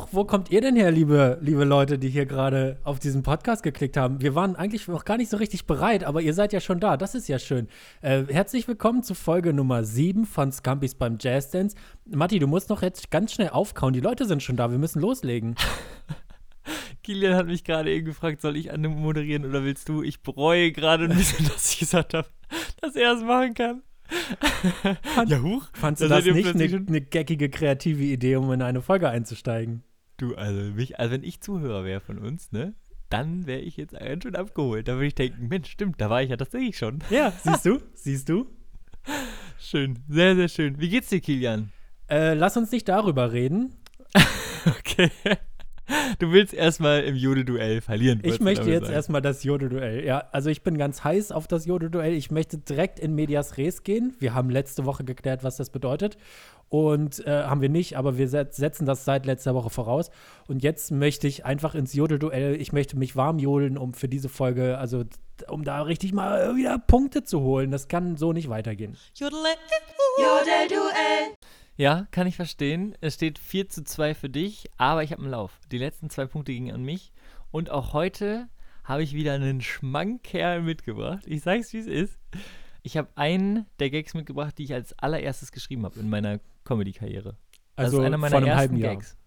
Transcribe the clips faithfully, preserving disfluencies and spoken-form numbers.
auch, wo kommt ihr denn her, liebe, liebe Leute, die hier gerade auf diesen Podcast geklickt haben? Wir waren eigentlich noch gar nicht so richtig bereit, aber ihr seid ja schon da. Das ist ja schön. Äh, herzlich willkommen zu Folge Nummer sieben von Scampis beim Jazz Dance. Matti, du musst noch jetzt ganz schnell aufkauen. Die Leute sind schon da. Wir müssen loslegen. Kilian hat mich gerade eben gefragt, soll ich moderieren oder willst du? Ich bereue gerade ein bisschen, dass ich gesagt habe, dass er es machen kann. Fand, ja, huch. Fandst du das nicht eine, eine geckige, kreative Idee, um in eine Folge einzusteigen? Du, also, mich, also wenn ich Zuhörer wäre von uns, ne, dann wäre ich jetzt ganz schön abgeholt. Da würde ich denken, Mensch, stimmt, da war ich ja tatsächlich schon. Ja, siehst du, siehst du. Schön, sehr, sehr schön. Wie geht's dir, Kilian? Äh, lass uns nicht darüber reden. Okay. Du willst erstmal im Jodel-Duell verlieren. Ich möchte jetzt erstmal das Jodel-Duell. Ja, also ich bin ganz heiß auf das Jodel-Duell. Ich möchte direkt in Medias Res gehen. Wir haben letzte Woche geklärt, was das bedeutet. Und äh, haben wir nicht, aber wir setzen das seit letzter Woche voraus. Und jetzt möchte ich einfach ins Jodel-Duell. Ich möchte mich warm jodeln, um für diese Folge, also um da richtig mal wieder Punkte zu holen. Das kann so nicht weitergehen. Jodel-Duell. Ja, kann ich verstehen. Es steht vier zu zwei für dich, aber ich habe einen Lauf. Die letzten zwei Punkte gingen an mich. Und auch heute habe ich wieder einen Schmankerl mitgebracht. Ich sag's, wie es ist. Ich habe einen der Gags mitgebracht, die ich als allererstes geschrieben habe in meiner Comedy-Karriere. Also das ist einer meiner von einem ersten halben Jahr. Gags.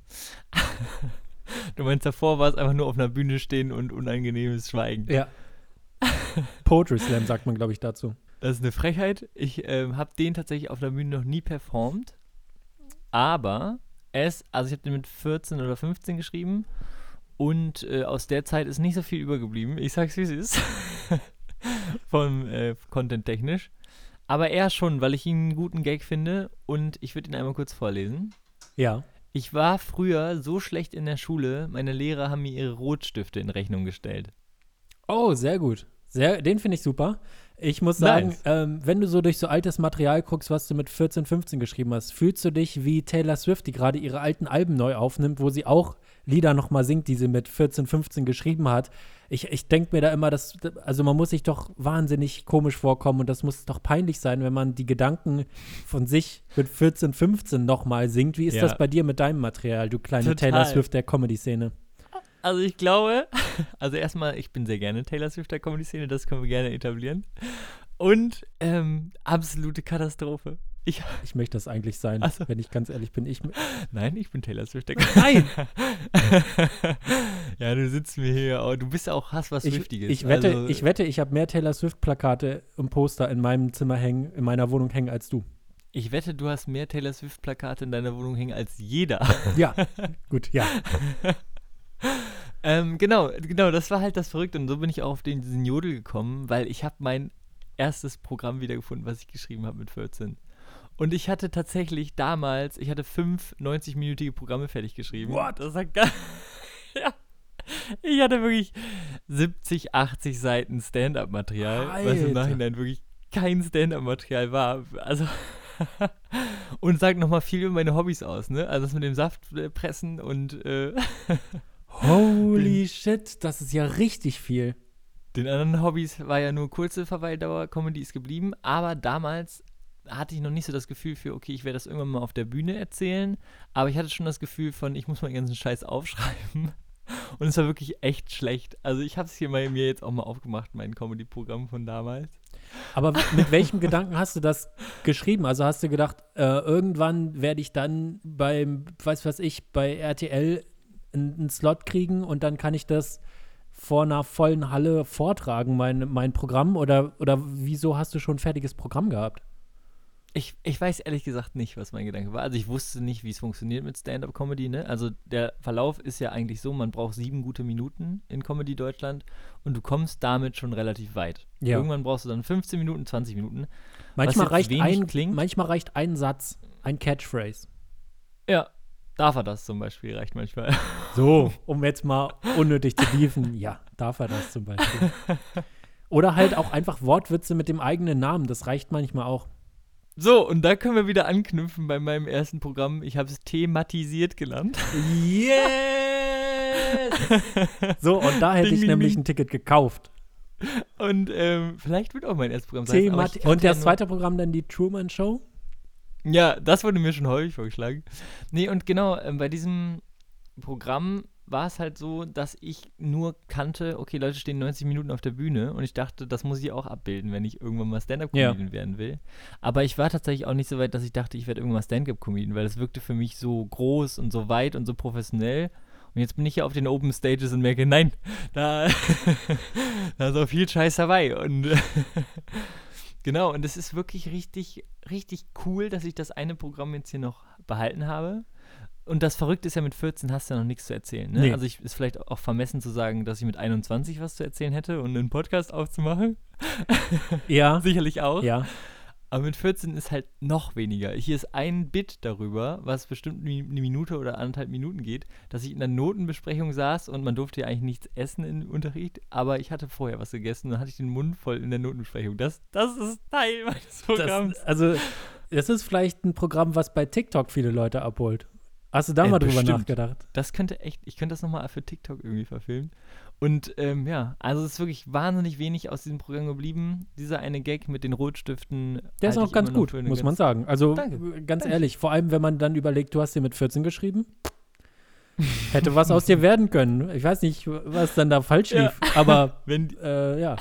Du meinst, davor war es einfach nur auf einer Bühne stehen und unangenehmes Schweigen. Ja. Poetry Slam sagt man, glaube ich, dazu. Das ist eine Frechheit. Ich ähm, habe den tatsächlich auf der Bühne noch nie performt. Aber es, also ich habe den mit vierzehn oder fünfzehn geschrieben. Und äh, aus der Zeit ist nicht so viel übergeblieben. Ich sag's, wie es ist. Vom äh, Content technisch. Aber eher schon, weil ich ihn einen guten Gag finde. Und ich würde ihn einmal kurz vorlesen. Ja. Ich war früher so schlecht in der Schule, meine Lehrer haben mir ihre Rotstifte in Rechnung gestellt. Oh, sehr gut. Sehr, den finde ich super. Ich muss sagen, Nice. ähm, wenn du so durch so altes Material guckst, was du mit vierzehn, fünfzehn geschrieben hast, fühlst du dich wie Taylor Swift, die gerade ihre alten Alben neu aufnimmt, wo sie auch Lieder nochmal singt, die sie mit vierzehn, fünfzehn geschrieben hat. Ich, ich denke mir da immer, dass, also man muss sich doch wahnsinnig komisch vorkommen und das muss doch peinlich sein, wenn man die Gedanken von sich mit vierzehn, fünfzehn nochmal singt. Wie ist Ja. das bei dir mit deinem Material, du kleine Total. Taylor Swift der Comedy-Szene? Also ich glaube, also erstmal, ich bin sehr gerne Taylor Swift der Comedy-Szene, das können wir gerne etablieren. Und ähm, absolute Katastrophe. Ich, Ich möchte das eigentlich sein, Ach so. wenn ich ganz ehrlich bin. Ich, nein, ich bin Taylor Swift der Nein! Ja, du sitzt mir hier, oh, du bist ja auch Hass was ich, Swiftiges. ich wette, also, ich wette, ich habe mehr Taylor Swift-Plakate im Poster in meinem Zimmer hängen, in meiner Wohnung hängen als du. Ich wette, du hast mehr Taylor Swift-Plakate in deiner Wohnung hängen als jeder. Ja, gut, ja. ähm, genau, genau, das war halt das Verrückte. Und so bin ich auch auf den, diesen Jodel gekommen, weil ich habe mein erstes Programm wiedergefunden, was ich geschrieben habe mit vierzehn. Und ich hatte tatsächlich damals, ich hatte fünf neunzig-minütige Programme fertig geschrieben. What? Das war gar ja. Ich hatte wirklich siebzig, achtzig Seiten Stand-up-Material, was Alter. im Nachhinein wirklich kein Stand-up-Material war. Also und sagt nochmal viel über meine Hobbys aus, ne? Also das mit dem Saft äh, pressen und äh, Holy shit, das ist ja richtig viel. den anderen Hobbys war ja nur kurze Verweildauer, Comedy ist geblieben, aber damals hatte ich noch nicht so das Gefühl für, okay, ich werde das irgendwann mal auf der Bühne erzählen, aber ich hatte schon das Gefühl von, ich muss meinen ganzen Scheiß aufschreiben und es war wirklich echt schlecht. Also ich habe es hier mal mir jetzt auch mal aufgemacht, mein Comedy-Programm von damals. Aber mit welchem Gedanken hast du das geschrieben? Also hast du gedacht, äh, irgendwann werde ich dann beim, weiß was ich, bei R T L einen, einen Slot kriegen und dann kann ich das vor einer vollen Halle vortragen, mein, mein Programm? Oder, oder wieso hast du schon ein fertiges Programm gehabt? Ich, ich weiß ehrlich gesagt nicht, was mein Gedanke war. Also ich wusste nicht, wie es funktioniert mit Stand-Up-Comedy, ne? Also der Verlauf ist ja eigentlich so, man braucht sieben gute Minuten in Comedy Deutschland und du kommst damit schon relativ weit. Ja. Irgendwann brauchst du dann fünfzehn Minuten, zwanzig Minuten. Manchmal was jetzt reicht, wenig ein, klingt. manchmal reicht ein Satz, ein Catchphrase. Ja, darf er das zum Beispiel, reicht manchmal. So, um jetzt mal unnötig zu beefen, ja, darf er das zum Beispiel. Oder halt auch einfach Wortwitze mit dem eigenen Namen, das reicht manchmal auch. So, und da können wir wieder anknüpfen bei meinem ersten Programm. Ich habe es thematisiert genannt. Yes! So, und da hätte Ding, ich ding, nämlich ding. ein Ticket gekauft. Und ähm, vielleicht wird auch mein erstes Programm sein. aber ich Themati- kannte und ja das nur- zweite Programm dann die Truman Show? Ja, das wurde mir schon häufig vorgeschlagen. Nee, und genau, ähm, bei diesem Programm war es halt so, dass ich nur kannte, okay, Leute stehen neunzig Minuten auf der Bühne und ich dachte, das muss ich auch abbilden, wenn ich irgendwann mal Stand-Up-Comedian ja. werden will. Aber ich war tatsächlich auch nicht so weit, dass ich dachte, ich werde irgendwann mal Stand-Up-Comedian, weil das wirkte für mich so groß und so weit und so professionell. Und jetzt bin ich ja auf den Open Stages und merke, nein, da, da ist auch viel Scheiß dabei. Und genau, und es ist wirklich richtig, richtig cool, dass ich das eine Programm jetzt hier noch behalten habe. Und das Verrückte ist ja, mit vierzehn hast du ja noch nichts zu erzählen. Ne? Nee. Also ich, ist vielleicht auch vermessen zu sagen, dass ich mit einundzwanzig was zu erzählen hätte und einen Podcast aufzumachen. Ja. Sicherlich auch. Ja. Aber mit vierzehn ist halt noch weniger. Hier ist ein Bit darüber, was bestimmt eine Minute oder anderthalb Minuten geht, dass ich in einer Notenbesprechung saß und man durfte ja eigentlich nichts essen im Unterricht, aber ich hatte vorher was gegessen und dann hatte ich den Mund voll in der Notenbesprechung. Das, das ist Teil meines Programms. Das, also, das ist vielleicht ein Programm, was bei TikTok viele Leute abholt. Hast du da äh, mal drüber bestimmt. nachgedacht? Das könnte echt, ich könnte das nochmal für TikTok irgendwie verfilmen. Und ähm, ja, also es ist wirklich wahnsinnig wenig aus diesem Programm geblieben. Dieser eine Gag mit den Rotstiften. Der ist auch ganz gut, muss ganz man sagen. Also Danke. ganz Danke. ehrlich, vor allem wenn man dann überlegt, du hast dir mit vierzehn geschrieben, hätte was aus dir werden können. Ich weiß nicht, was dann da falsch lief, ja. aber wenn, äh, ja.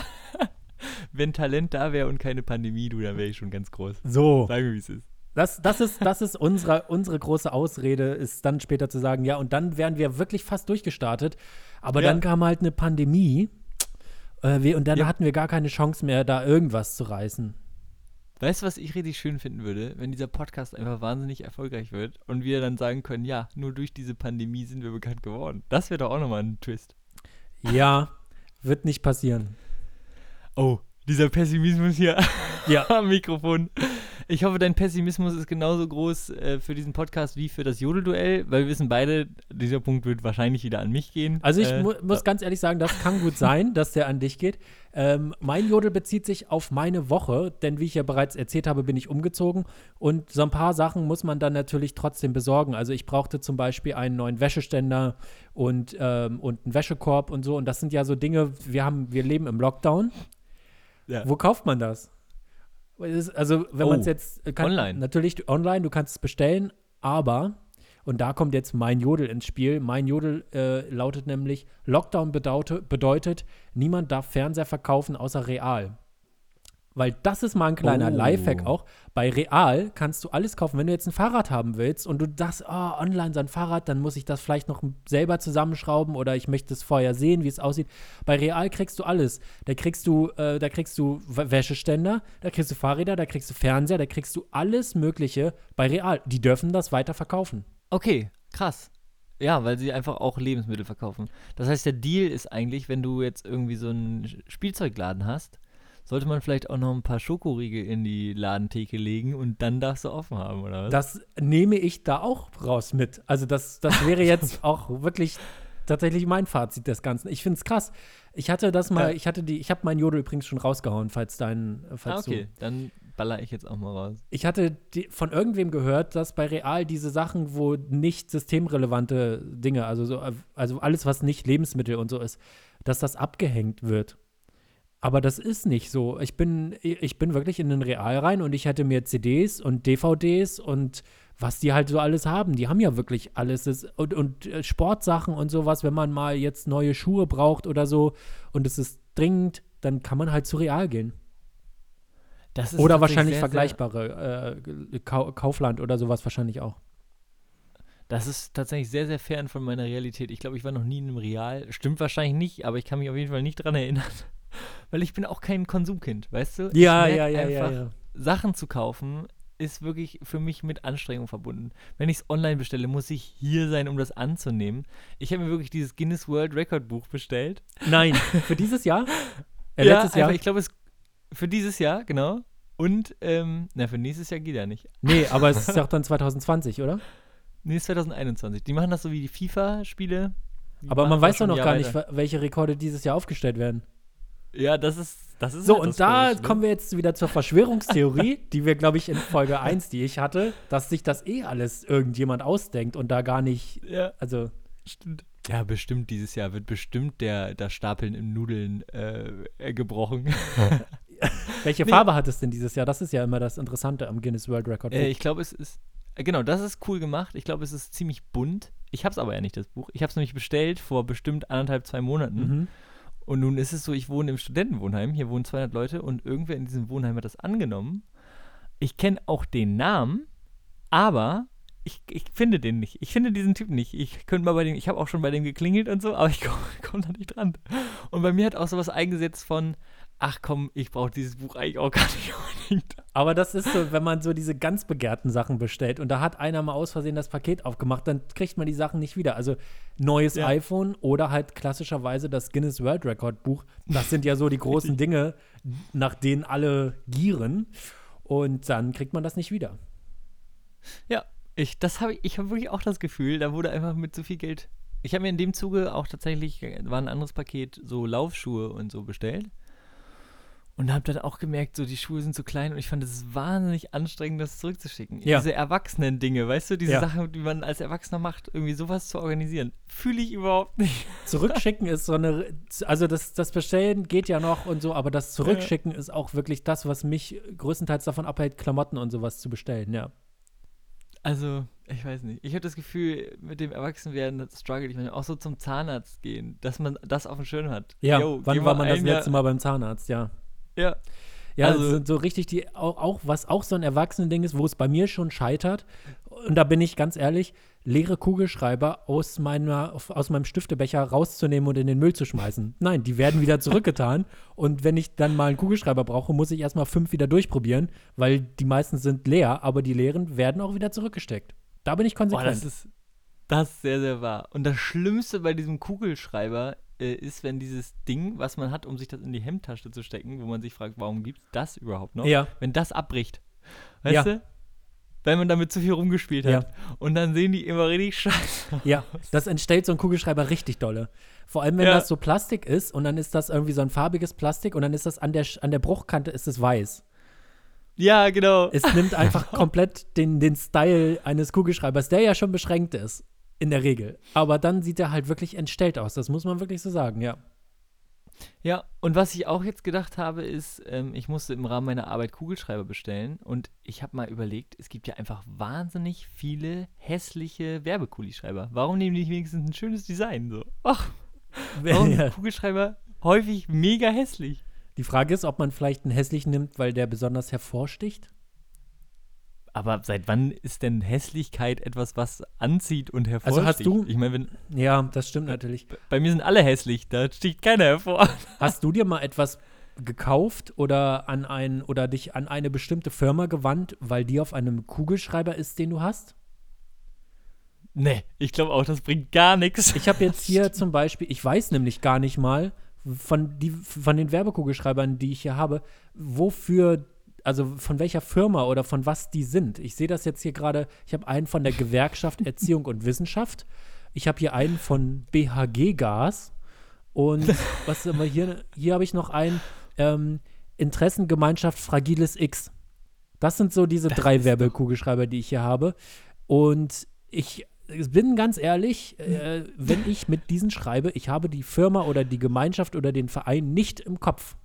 Wenn Talent da wäre und keine Pandemie, du, dann wäre ich schon ganz groß. So. Sag mir, wie es ist. Das, das ist, das ist unsere, unsere große Ausrede, ist dann später zu sagen, ja, und dann wären wir wirklich fast durchgestartet. Aber ja. dann kam halt eine Pandemie äh, wir, und dann ja. hatten wir gar keine Chance mehr, da irgendwas zu reißen. Weißt du, was ich richtig schön finden würde? Wenn dieser Podcast einfach wahnsinnig erfolgreich wird und wir dann sagen können, ja, nur durch diese Pandemie sind wir bekannt geworden. Das wäre doch auch nochmal ein Twist. Ja, wird nicht passieren. Oh, dieser Pessimismus hier ja. am Mikrofon. Ich hoffe, dein Pessimismus ist genauso groß äh, für diesen Podcast wie für das Jodelduell, weil wir wissen beide, dieser Punkt wird wahrscheinlich wieder an mich gehen. Also ich äh, mu- muss ja. ganz ehrlich sagen, das kann gut sein, dass der an dich geht. Ähm, mein Jodel bezieht sich auf meine Woche, denn wie ich ja bereits erzählt habe, bin ich umgezogen und so ein paar Sachen muss man dann natürlich trotzdem besorgen. Also ich brauchte zum Beispiel einen neuen Wäscheständer und, ähm, und einen Wäschekorb und so und das sind ja so Dinge, wir haben, wir leben im Lockdown. Ja. Wo kauft man das? Also, wenn oh, man es jetzt kann, online. Natürlich online, du kannst es bestellen, aber, und da kommt jetzt mein Jodel ins Spiel, mein Jodel äh, lautet nämlich, Lockdown bedaute, bedeutet, niemand darf Fernseher verkaufen außer Real. Weil das ist mal ein kleiner oh. Lifehack auch. Bei Real kannst du alles kaufen. Wenn du jetzt ein Fahrrad haben willst und du das, oh, online so ein Fahrrad, dann muss ich das vielleicht noch selber zusammenschrauben oder ich möchte es vorher sehen, wie es aussieht. Bei Real kriegst du alles. Da kriegst du, äh, da kriegst du Wäscheständer, da kriegst du Fahrräder, da kriegst du Fernseher, da kriegst du alles Mögliche bei Real. Die dürfen das weiter verkaufen. Okay, krass. Ja, weil sie einfach auch Lebensmittel verkaufen. Das heißt, der Deal ist eigentlich, wenn du jetzt irgendwie so einen Spielzeugladen hast, sollte man vielleicht auch noch ein paar Schokoriegel in die Ladentheke legen und dann darfst du offen haben, oder was? Das nehme ich da auch raus mit. Also das, das wäre jetzt auch wirklich tatsächlich mein Fazit des Ganzen. Ich finde es krass. Ich hatte das mal, ja. ich hatte die, ich habe meinen Jodel übrigens schon rausgehauen, falls dein, falls ah, okay, du, dann baller ich jetzt auch mal raus. Ich hatte die, von irgendwem gehört, dass bei Real diese Sachen, wo nicht systemrelevante Dinge, also so, also alles, was nicht Lebensmittel und so ist, dass das abgehängt wird. Aber das ist nicht so. Ich bin, ich bin wirklich in den Real rein und ich hatte mir C Ds und D V Ds und was die halt so alles haben. Die haben ja wirklich alles. Das, und, und Sportsachen und sowas, wenn man mal jetzt neue Schuhe braucht oder so und es ist dringend, dann kann man halt zu Real gehen. Das ist oder wahrscheinlich sehr, vergleichbare äh, Kaufland oder sowas wahrscheinlich auch. Das ist tatsächlich sehr, sehr fern von meiner Realität. Ich glaube, ich war noch nie in einem Real. Stimmt wahrscheinlich nicht, aber ich kann mich auf jeden Fall nicht dran erinnern. Weil ich bin auch kein Konsumkind, weißt du? Ja, ich ja, ja, einfach, ja, ja. Sachen zu kaufen ist wirklich für mich mit Anstrengung verbunden. Wenn ich es online bestelle, muss ich hier sein, um das anzunehmen. Ich habe mir wirklich dieses Guinness World Record Buch bestellt. Nein, für dieses Jahr? Äh, ja, letztes Jahr? Einfach, ich glaube, es für dieses Jahr, genau. Und, ähm, na, für nächstes Jahr geht er nicht. Nee, aber es ist ja auch dann zwanzig zwanzig, oder? Nee, es ist zwanzig einundzwanzig. Die machen das so wie die FIFA-Spiele. Aber man weiß doch noch gar nicht, welche Rekorde dieses Jahr aufgestellt werden. Ja, das ist das ist So, halt und da komisch, kommen wir jetzt wieder zur Verschwörungstheorie, die wir, glaube ich, in Folge eins, die ich hatte, dass sich das eh alles irgendjemand ausdenkt und da gar nicht, ja, also stimmt. Ja, bestimmt dieses Jahr wird bestimmt der das Stapeln im Nudeln äh, gebrochen. Welche nee. Farbe hat es denn dieses Jahr? Das ist ja immer das Interessante am Guinness World Record. Äh, ich glaube, es ist, äh, genau, das ist cool gemacht. Ich glaube, es ist ziemlich bunt. Ich habe es aber ja nicht, das Buch. Ich habe es nämlich bestellt vor bestimmt anderthalb, zwei Monaten. Mhm. Und nun ist es so, ich wohne im Studentenwohnheim. Hier wohnen zweihundert Leute und irgendwer in diesem Wohnheim hat das angenommen. Ich kenne auch den Namen, aber ich, ich finde den nicht. Ich finde diesen Typ nicht. Ich könnte mal bei dem, ich habe auch schon bei dem geklingelt und so, aber ich komme komm da nicht dran. Und bei mir hat auch sowas eingesetzt von, ach komm, ich brauche dieses Buch eigentlich auch gar nicht unbedingt. Aber das ist so, wenn man so diese ganz begehrten Sachen bestellt und da hat einer mal aus Versehen das Paket aufgemacht, dann kriegt man die Sachen nicht wieder. Also neues Ja. iPhone oder halt klassischerweise das Guinness World Record Buch. Das sind ja so die großen Dinge, nach denen alle gieren. Und dann kriegt man das nicht wieder. Ja, ich, das habe ich, ich habe wirklich auch das Gefühl, da wurde einfach mit so viel Geld. Ich habe mir in dem Zuge auch tatsächlich, war ein anderes Paket, so Laufschuhe und so bestellt. Und habe dann auch gemerkt, so die Schuhe sind so klein und ich fand es wahnsinnig anstrengend, das zurückzuschicken. Ja. Diese Erwachsenen-Dinge, weißt du, diese Ja. Sachen, die man als Erwachsener macht, irgendwie sowas zu organisieren, fühle ich überhaupt nicht. Zurückschicken ist so eine, also das, das Bestellen geht ja noch und so, aber das Zurückschicken ist auch wirklich das, was mich größtenteils davon abhält, Klamotten und sowas zu bestellen, ja. Also, ich weiß nicht. Ich habe das Gefühl, mit dem Erwachsenwerden, das struggle ich manchmal auch so zum Zahnarzt gehen, dass man das auf dem Schirm hat. Ja, Yo, geh wann mal war man das ein Jahr- letzte Mal beim Zahnarzt, ja. Ja, Ja, Also- das sind so richtig die, auch, auch, was auch so ein Erwachsenen-Ding ist, wo es bei mir schon scheitert, und da bin ich ganz ehrlich, leere Kugelschreiber aus, meiner, aus meinem Stiftebecher rauszunehmen und in den Müll zu schmeißen. Nein, die werden wieder zurückgetan und wenn ich dann mal einen Kugelschreiber brauche, muss ich erstmal fünf wieder durchprobieren, weil die meisten sind leer, aber die leeren werden auch wieder zurückgesteckt. Da bin ich boah, konsequent. das ist, das ist sehr, sehr wahr. Und das Schlimmste bei diesem Kugelschreiber äh, ist, wenn dieses Ding, was man hat, um sich das in die Hemdtasche zu stecken, wo man sich fragt, warum gibt es das überhaupt noch? Ja. Wenn das abbricht. Weißt Ja. du? Weil man damit zu viel rumgespielt hat. Ja. Und dann sehen die immer richtig scheiße. Ja, das entstellt so ein Kugelschreiber richtig dolle. Vor allem, wenn Ja. das so Plastik ist und dann ist das irgendwie so ein farbiges Plastik und dann ist das an der, an der Bruchkante ist es weiß. Ja, genau. Es nimmt einfach komplett den, den Style eines Kugelschreibers, der ja schon beschränkt ist, in der Regel. Aber dann sieht er halt wirklich entstellt aus, das muss man wirklich so sagen, ja. Ja, und was ich auch jetzt gedacht habe, ist, ähm, ich musste im Rahmen meiner Arbeit Kugelschreiber bestellen und ich habe mal überlegt, es gibt ja einfach wahnsinnig viele hässliche Werbekugelschreiber. Warum nehmen die nicht wenigstens ein schönes Design so? Ach, warum Ja. sind Kugelschreiber häufig mega hässlich? Die Frage ist, ob man vielleicht einen hässlichen nimmt, weil der besonders hervorsticht. Aber seit wann ist denn Hässlichkeit etwas, was anzieht und hervorsticht? hast du- Ich meine, wenn Ja, das stimmt natürlich. bei mir sind alle hässlich, da sticht keiner hervor. Hast du dir mal etwas gekauft oder an ein oder dich an eine bestimmte Firma gewandt, weil die auf einem Kugelschreiber ist, den du hast? Nee, ich glaube auch, das bringt gar nichts. Ich habe jetzt hier zum Beispiel, ich weiß nämlich gar nicht mal von, die, von den Werbekugelschreibern, die ich hier habe, wofür, also von welcher Firma oder von was die sind. Ich sehe das jetzt hier gerade, ich habe einen von der Gewerkschaft Erziehung und Wissenschaft. Ich habe hier einen von B H G Gas und was haben wir hier? Hier habe ich noch einen ähm, Interessengemeinschaft Fragiles X. Das sind so diese Das drei ist Werbekugelschreiber, die ich hier habe. Und ich bin ganz ehrlich, äh, wenn ich mit diesen schreibe, ich habe die Firma oder die Gemeinschaft oder den Verein nicht im Kopf.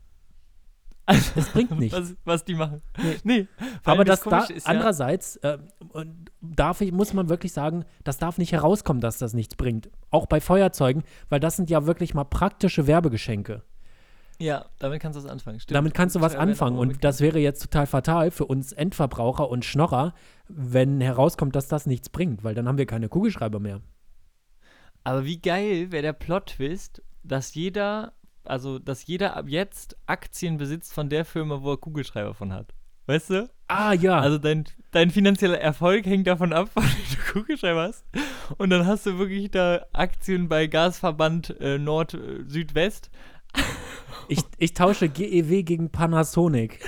Es bringt nichts. Was, was die machen. Nee. Nee. vor Aber allem das da, Komische ist ja- andererseits äh, und darf ich, muss man wirklich sagen, das darf nicht herauskommen, dass das nichts bringt. Auch bei Feuerzeugen, weil das sind ja wirklich mal praktische Werbegeschenke. Ja, damit kannst du was anfangen. Stimmt. Damit kannst du was Schreiber werden anfangen auch und mit- das wäre jetzt total fatal für uns Endverbraucher und Schnorrer, wenn herauskommt, dass das nichts bringt, weil dann haben wir keine Kugelschreiber mehr. Aber wie geil wäre der Plot-Twist, dass jeder, also dass jeder ab jetzt Aktien besitzt von der Firma, wo er Kugelschreiber von hat. Weißt du? Ah ja, Also dein, dein finanzieller Erfolg hängt davon ab, wann du Kugelschreiber hast. Und dann hast du wirklich da Aktien bei Gasverband äh, Nord-Südwest. ich, ich tausche G E W gegen Panasonic.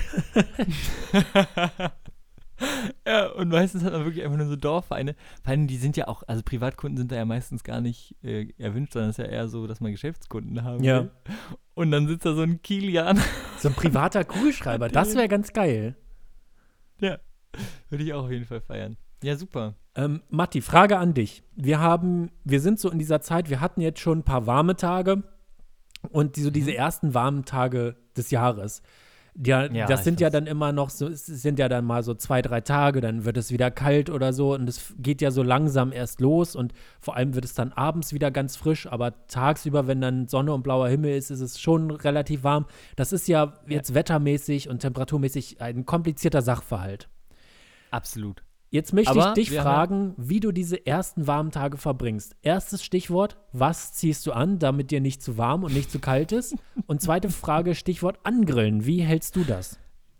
Ja, und meistens hat man wirklich einfach nur so Dorfvereine. Vor allem, die sind ja auch, also Privatkunden sind da ja meistens gar nicht äh, erwünscht, sondern es ist ja eher so, dass man Geschäftskunden haben Ja. will. Und dann sitzt da so ein Kilian. So ein privater Kugelschreiber, das wäre ganz geil. Ja, würde ich auch auf jeden Fall feiern. Ja, super. Ähm, Matti, Frage an dich. Wir haben, wir sind so in dieser Zeit, wir hatten jetzt schon ein paar warme Tage und die, so diese ersten warmen Tage des Jahres. Ja, Ja, das ich sind ja weiß. dann immer noch so, es sind ja dann mal so zwei, drei Tage, dann wird es wieder kalt oder so und es geht ja so langsam erst los und vor allem wird es dann abends wieder ganz frisch, aber tagsüber, wenn dann Sonne und blauer Himmel ist, ist es schon relativ warm. Das ist ja jetzt wettermäßig und temperaturmäßig ein komplizierter Sachverhalt. Absolut. Jetzt möchte Aber ich dich wir haben fragen, wie du diese ersten warmen Tage verbringst. Erstes Stichwort, was ziehst du an, damit dir nicht zu warm und nicht zu kalt ist? Und zweite Frage, Stichwort angrillen. Wie hältst du das?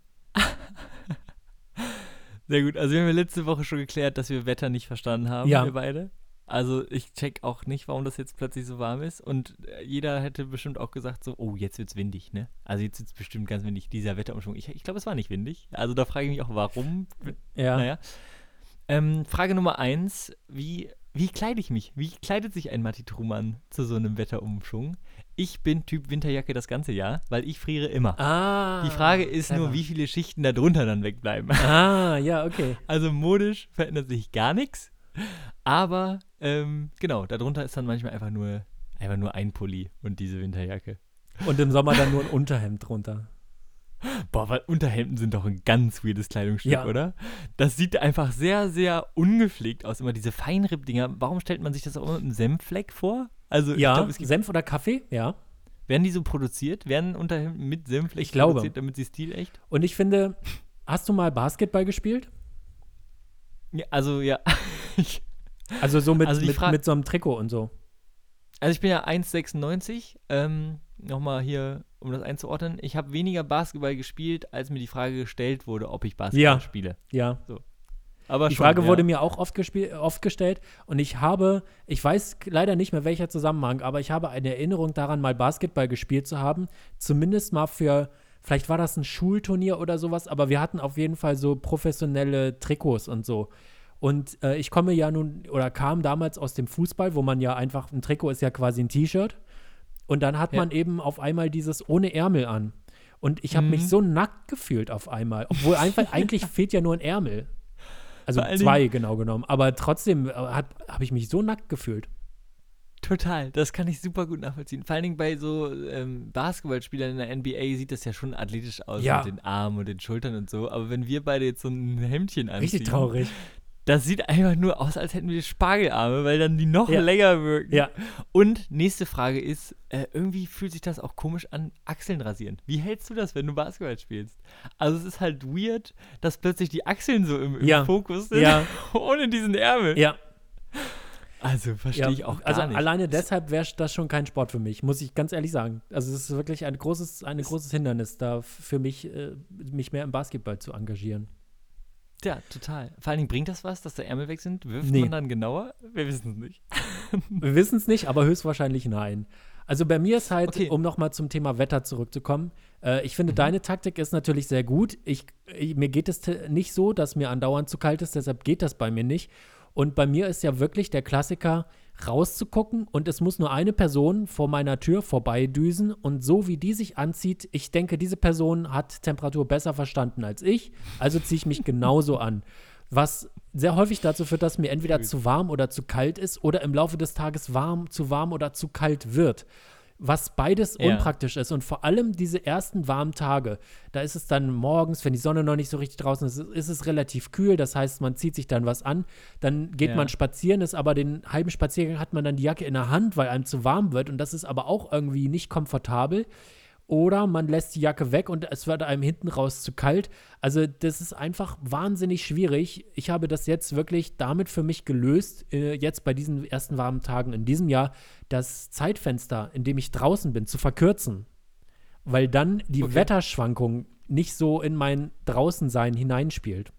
Sehr gut. Also wir haben ja letzte Woche schon geklärt, dass wir Wetter nicht verstanden haben, Ja. wir beide. Also ich check auch nicht, warum das jetzt plötzlich so warm ist. Und äh, jeder hätte bestimmt auch gesagt so, oh, jetzt wird's windig, ne? Also jetzt wird's bestimmt ganz windig, dieser Wetterumschwung. Ich, ich glaube, es war nicht windig. Also da frage ich mich auch, warum. Ja. Naja. Ähm, Frage Nummer eins, wie, wie kleide ich mich? Wie kleidet sich ein Matti Trumann zu so einem Wetterumschwung? Ich bin Typ Winterjacke das ganze Jahr, weil ich friere immer. Ah. Die Frage ist clever. nur, wie viele Schichten da drunter dann wegbleiben. Ah, ja, okay. Also modisch verändert sich gar nichts. Aber ähm, genau, darunter ist dann manchmal einfach nur, einfach nur ein Pulli und diese Winterjacke. Und im Sommer dann nur ein Unterhemd drunter. Boah, weil Unterhemden sind doch ein ganz weirdes Kleidungsstück, Ja. oder? Das sieht einfach sehr, sehr ungepflegt aus. Immer diese Feinripp-Dinger. Warum stellt man sich das auch immer mit einem Senffleck vor? Also, Ja, ich glaube, es gibt, Senf oder Kaffee, ja. werden die so produziert? Werden Unterhemden mit Senffleck Ich glaube. produziert, damit sie stilecht? Und ich finde, hast du mal Basketball gespielt? Ja, also, ja. Ich, Also so mit, Also die mit, Fra- mit so einem Trikot und so. also, ich bin ja eins Komma sechsundneunzig. Ähm, nochmal hier, um das einzuordnen. Ich habe weniger Basketball gespielt, als mir die Frage gestellt wurde, ob ich Basketball Ja. spiele. Ja. Aber Die schon, Frage ja. wurde mir auch oft, gespiel- oft gestellt und ich habe, ich weiß leider nicht mehr welcher Zusammenhang, aber ich habe eine Erinnerung daran, mal Basketball gespielt zu haben. Zumindest mal für, vielleicht war das ein Schulturnier oder sowas, aber wir hatten auf jeden Fall so professionelle Trikots und so. Und äh, ich komme ja nun, oder kam damals aus dem Fußball, wo man ja einfach, ein Trikot ist ja quasi ein T-Shirt. Und dann hat Ja. man eben auf einmal dieses ohne Ärmel an. Und ich habe Mhm. mich so nackt gefühlt auf einmal. Obwohl einfach, eigentlich fehlt ja nur ein Ärmel. Also Vor allen zwei genau genommen. Aber trotzdem äh, habe ich mich so nackt gefühlt. Total, das kann ich super gut nachvollziehen. Vor allen Dingen bei so ähm, Basketballspielern in der N B A sieht das ja schon athletisch aus Ja. mit den Armen und den Schultern und so. Aber wenn wir beide jetzt so ein Hemdchen anziehen, Richtig traurig. das sieht einfach nur aus, als hätten wir Spargelarme, weil dann die noch Ja. länger wirken. Ja. Und nächste Frage ist, äh, irgendwie fühlt sich das auch komisch an, Achseln rasieren. Wie hältst du das, wenn du Basketball spielst? Also es ist halt weird, dass plötzlich die Achseln so im, im Ja. Fokus sind, Ja. ohne diesen Ärmel. Ja. Also verstehe Ja, ich auch gar also nicht. alleine deshalb wäre das schon kein Sport für mich, muss ich ganz ehrlich sagen. Also es ist wirklich ein großes, ein großes Hindernis da f- für mich, äh, mich mehr im Basketball zu engagieren. Ja, total. Vor allen Dingen bringt das was, dass da Ärmel weg sind? Wirft Nee. man dann genauer? Wir wissen es nicht. Wir wissen es nicht, aber höchstwahrscheinlich nein. Also bei mir ist halt, Okay. um nochmal zum Thema Wetter zurückzukommen, äh, ich finde, Mhm. deine Taktik ist natürlich sehr gut. Ich, ich, mir geht es t- nicht so, dass mir andauernd zu kalt ist, deshalb geht das bei mir nicht. Und bei mir ist ja wirklich der Klassiker, rauszugucken und es muss nur eine Person vor meiner Tür vorbeidüsen und so wie die sich anzieht, ich denke, diese Person hat Temperatur besser verstanden als ich, also ziehe ich mich genauso an. Was sehr häufig dazu führt, dass mir entweder Gut. zu warm oder zu kalt ist oder im Laufe des Tages warm, zu warm oder zu kalt wird. Was beides Ja. unpraktisch ist. Und vor allem diese ersten warmen Tage, da ist es dann morgens, wenn die Sonne noch nicht so richtig draußen ist, ist es relativ kühl. Das heißt, man zieht sich dann was an, dann geht Ja. man spazieren, ist aber den halben Spaziergang hat man dann die Jacke in der Hand, weil einem zu warm wird. Und das ist aber auch irgendwie nicht komfortabel. Oder man lässt die Jacke weg und es wird einem hinten raus zu kalt. Also das ist einfach wahnsinnig schwierig. Ich habe das jetzt wirklich damit für mich gelöst, äh, jetzt bei diesen ersten warmen Tagen in diesem Jahr, das Zeitfenster, in dem ich draußen bin, zu verkürzen. Weil dann die Okay. Wetterschwankung nicht so in mein Draußensein hineinspielt.